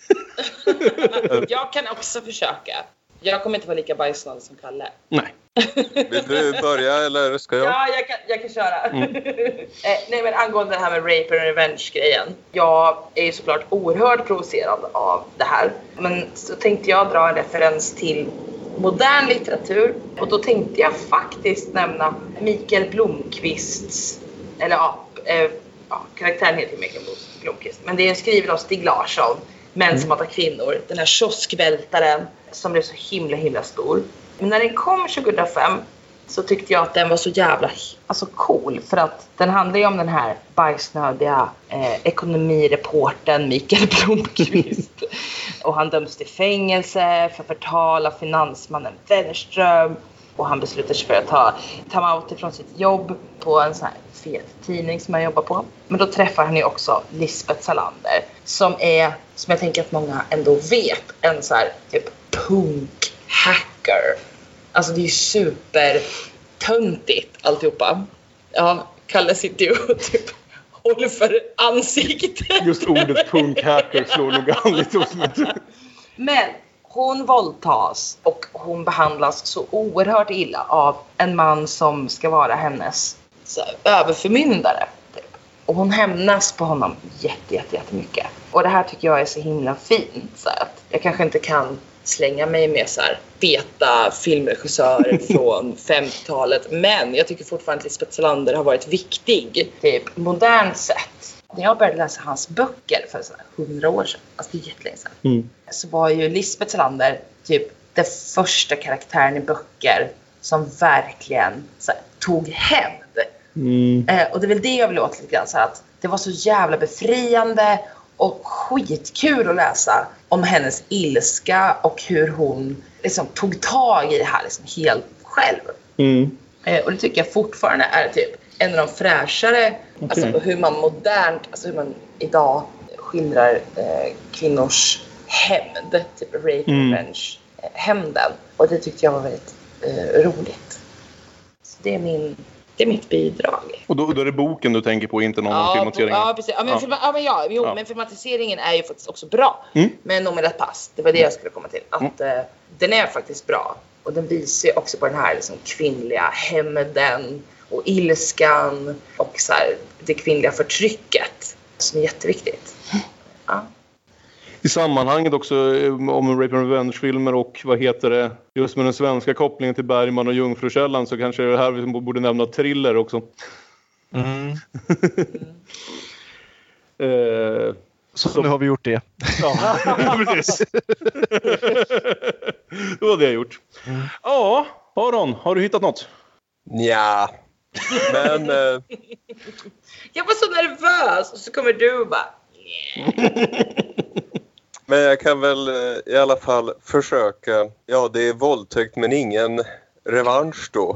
Jag kan också försöka. Jag kommer inte vara lika bajsnödig som Kalle. Nej. Vill du börja eller ska jag? Ja, jag kan, jag kan köra. Mm. eh, nej, men angående det här med rape and revenge-grejen. Jag är ju såklart oerhört provocerad av det här. Men så tänkte jag dra en referens till modern litteratur. Och då tänkte jag faktiskt nämna Mikael Blomkvists, eller ja, eh, ja karaktären heter Mikael Blomkvist. Men det är skriven av Stig Larsson. Män mm. som hatar kvinnor. Den här kioskvältaren som blev så himla himla stor. Men när den kom tjugohundrafem så tyckte jag att den var så jävla alltså cool. För att den handlar ju om den här bajsnödiga eh, ekonomireporten Mikael Blomkvist. Och han döms till fängelse för förtal av finansmannen Wennerström. Och han beslutar sig för att ta ta out ifrån sitt jobb på en sån här fet tidning som han jobbar på. Men då träffar han ju också Lisbeth Salander. Som är, som jag tänker att många ändå vet, en så här typ punk-hacker. Alltså det är ju super töntigt alltihopa. Ja, Kalle sitter ju och typ håller för ansiktet. Just ordet punkhacker slår nog an lite hos mig. Men hon våldtas och hon behandlas så oerhört illa av en man som ska vara hennes så här, överförmyndare. Typ. Och hon hämnas på honom jätte, jätte, jättemycket. Och det här tycker jag är så himla fint. Så att jag kanske inte kan slänga mig med så här feta filmregissörer från femtiotalet. Men jag tycker fortfarande att Lisbeth Salander har varit viktig. Typ modernt sett. När jag började läsa hans böcker för så här hundra år sedan. Alltså det är jättelänge sedan. Mm. Så var ju Lisbeth Salander typ den första karaktären i böcker som verkligen så här, tog hämnd. Mm. Eh, och det är väl det jag vill åt lite grann. Så här, att det var så jävla befriande och skitkul att läsa om hennes ilska och hur hon liksom tog tag i det här liksom helt själv. Mm. Eh, och det tycker jag fortfarande är typ en av de fräschare, okay. Alltså hur man modernt, alltså hur man idag skildrar eh, kvinnors hämnd, typ rape mm. revenge eh, hämnden. Och det tyckte jag var väldigt eh, roligt. Så det är min Det är mitt bidrag. Och då, då är det boken du tänker på, inte någon ja, filmatisering? Ja, precis. Ja, men, ja. Film, ja, men, ja, jo, ja. men filmatiseringen är ju faktiskt också bra. Mm. Men om ett pass, det var det jag skulle komma till. Att mm. eh, den är faktiskt bra. Och den visar ju också på den här liksom, kvinnliga hämnden och ilskan. Och så här, det kvinnliga förtrycket. Som är jätteviktigt. Ja. I sammanhanget också om Rape and Revenge-filmer och vad heter det, just med den svenska kopplingen till Bergman och Jungfrukällan, så kanske det här vi borde nämna Thriller också. Mm. eh, så, så nu har vi gjort det. Ja, precis. Det var det jag gjort. Mm. Ja, Aron, har du hittat något? Ja, men... eh... jag var så nervös och så kommer du bara... Men jag kan väl i alla fall försöka. Ja, det är våldtäkt men ingen revansch då.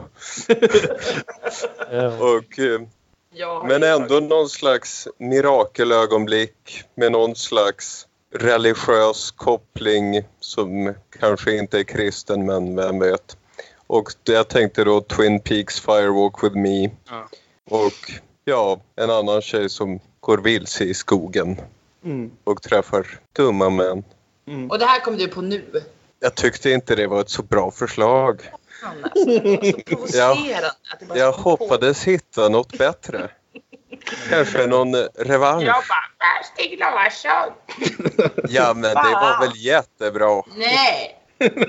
Och, men ändå någon slags mirakelögonblick med någon slags religiös koppling som kanske inte är kristen, men vem vet. Och jag tänkte då Twin Peaks Firewalk with Me. Ja. Och ja, en annan tjej som går vilse i skogen. Mm. Och träffar dumma män. Mm. Och det här kom du på nu? Jag tyckte inte det var ett så bra förslag. Alltså, det var så provocerande. Jag, att det jag hoppades på. Hitta något bättre. Kanske någon revansch. Jag bara, Stig Larsson. Ja, men det var väl jättebra. Nej.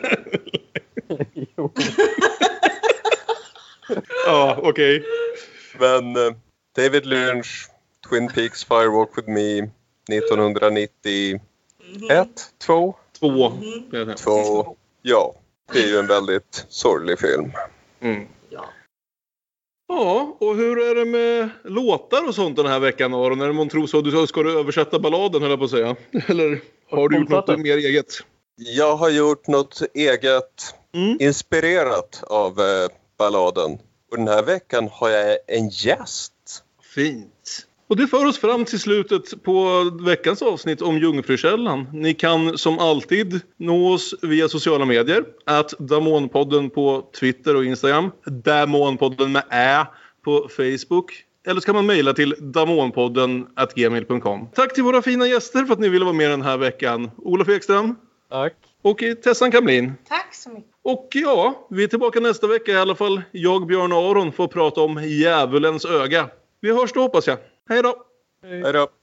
Ja, okej. Okay. Men uh, David Lynch, Twin Peaks Firewalk with Me, nittonhundranittioett, mm-hmm. två? Två. Mm-hmm. Två. Ja, det är ju en väldigt sorglig film. Mm. Ja. Ja, och hur är det med låtar och sånt den här veckan, Aron? Är det man tror så? Du ska du översätta balladen, höll jag på att säga. Eller har du gjort något mer eget? Jag har gjort något eget, mm. inspirerat av eh, balladen. Och den här veckan har jag en gäst. Fint. Och det för oss fram till slutet på veckans avsnitt om Jungfrukällan. Ni kan som alltid nå oss via sociala medier. Att Damonpodden på Twitter och Instagram. Damonpodden med ä på Facebook. Eller så kan man mejla till damonpodden at gmail punkt com. Tack till våra fina gäster för att ni ville vara med den här veckan. Olof Ekström. Tack. Och Tessan Kamlin. Tack så mycket. Och ja, vi är tillbaka nästa vecka i alla fall. Jag, Björn och Aron får prata om djävulens öga. Vi hörs då, hoppas jag. Hej då! Hej då!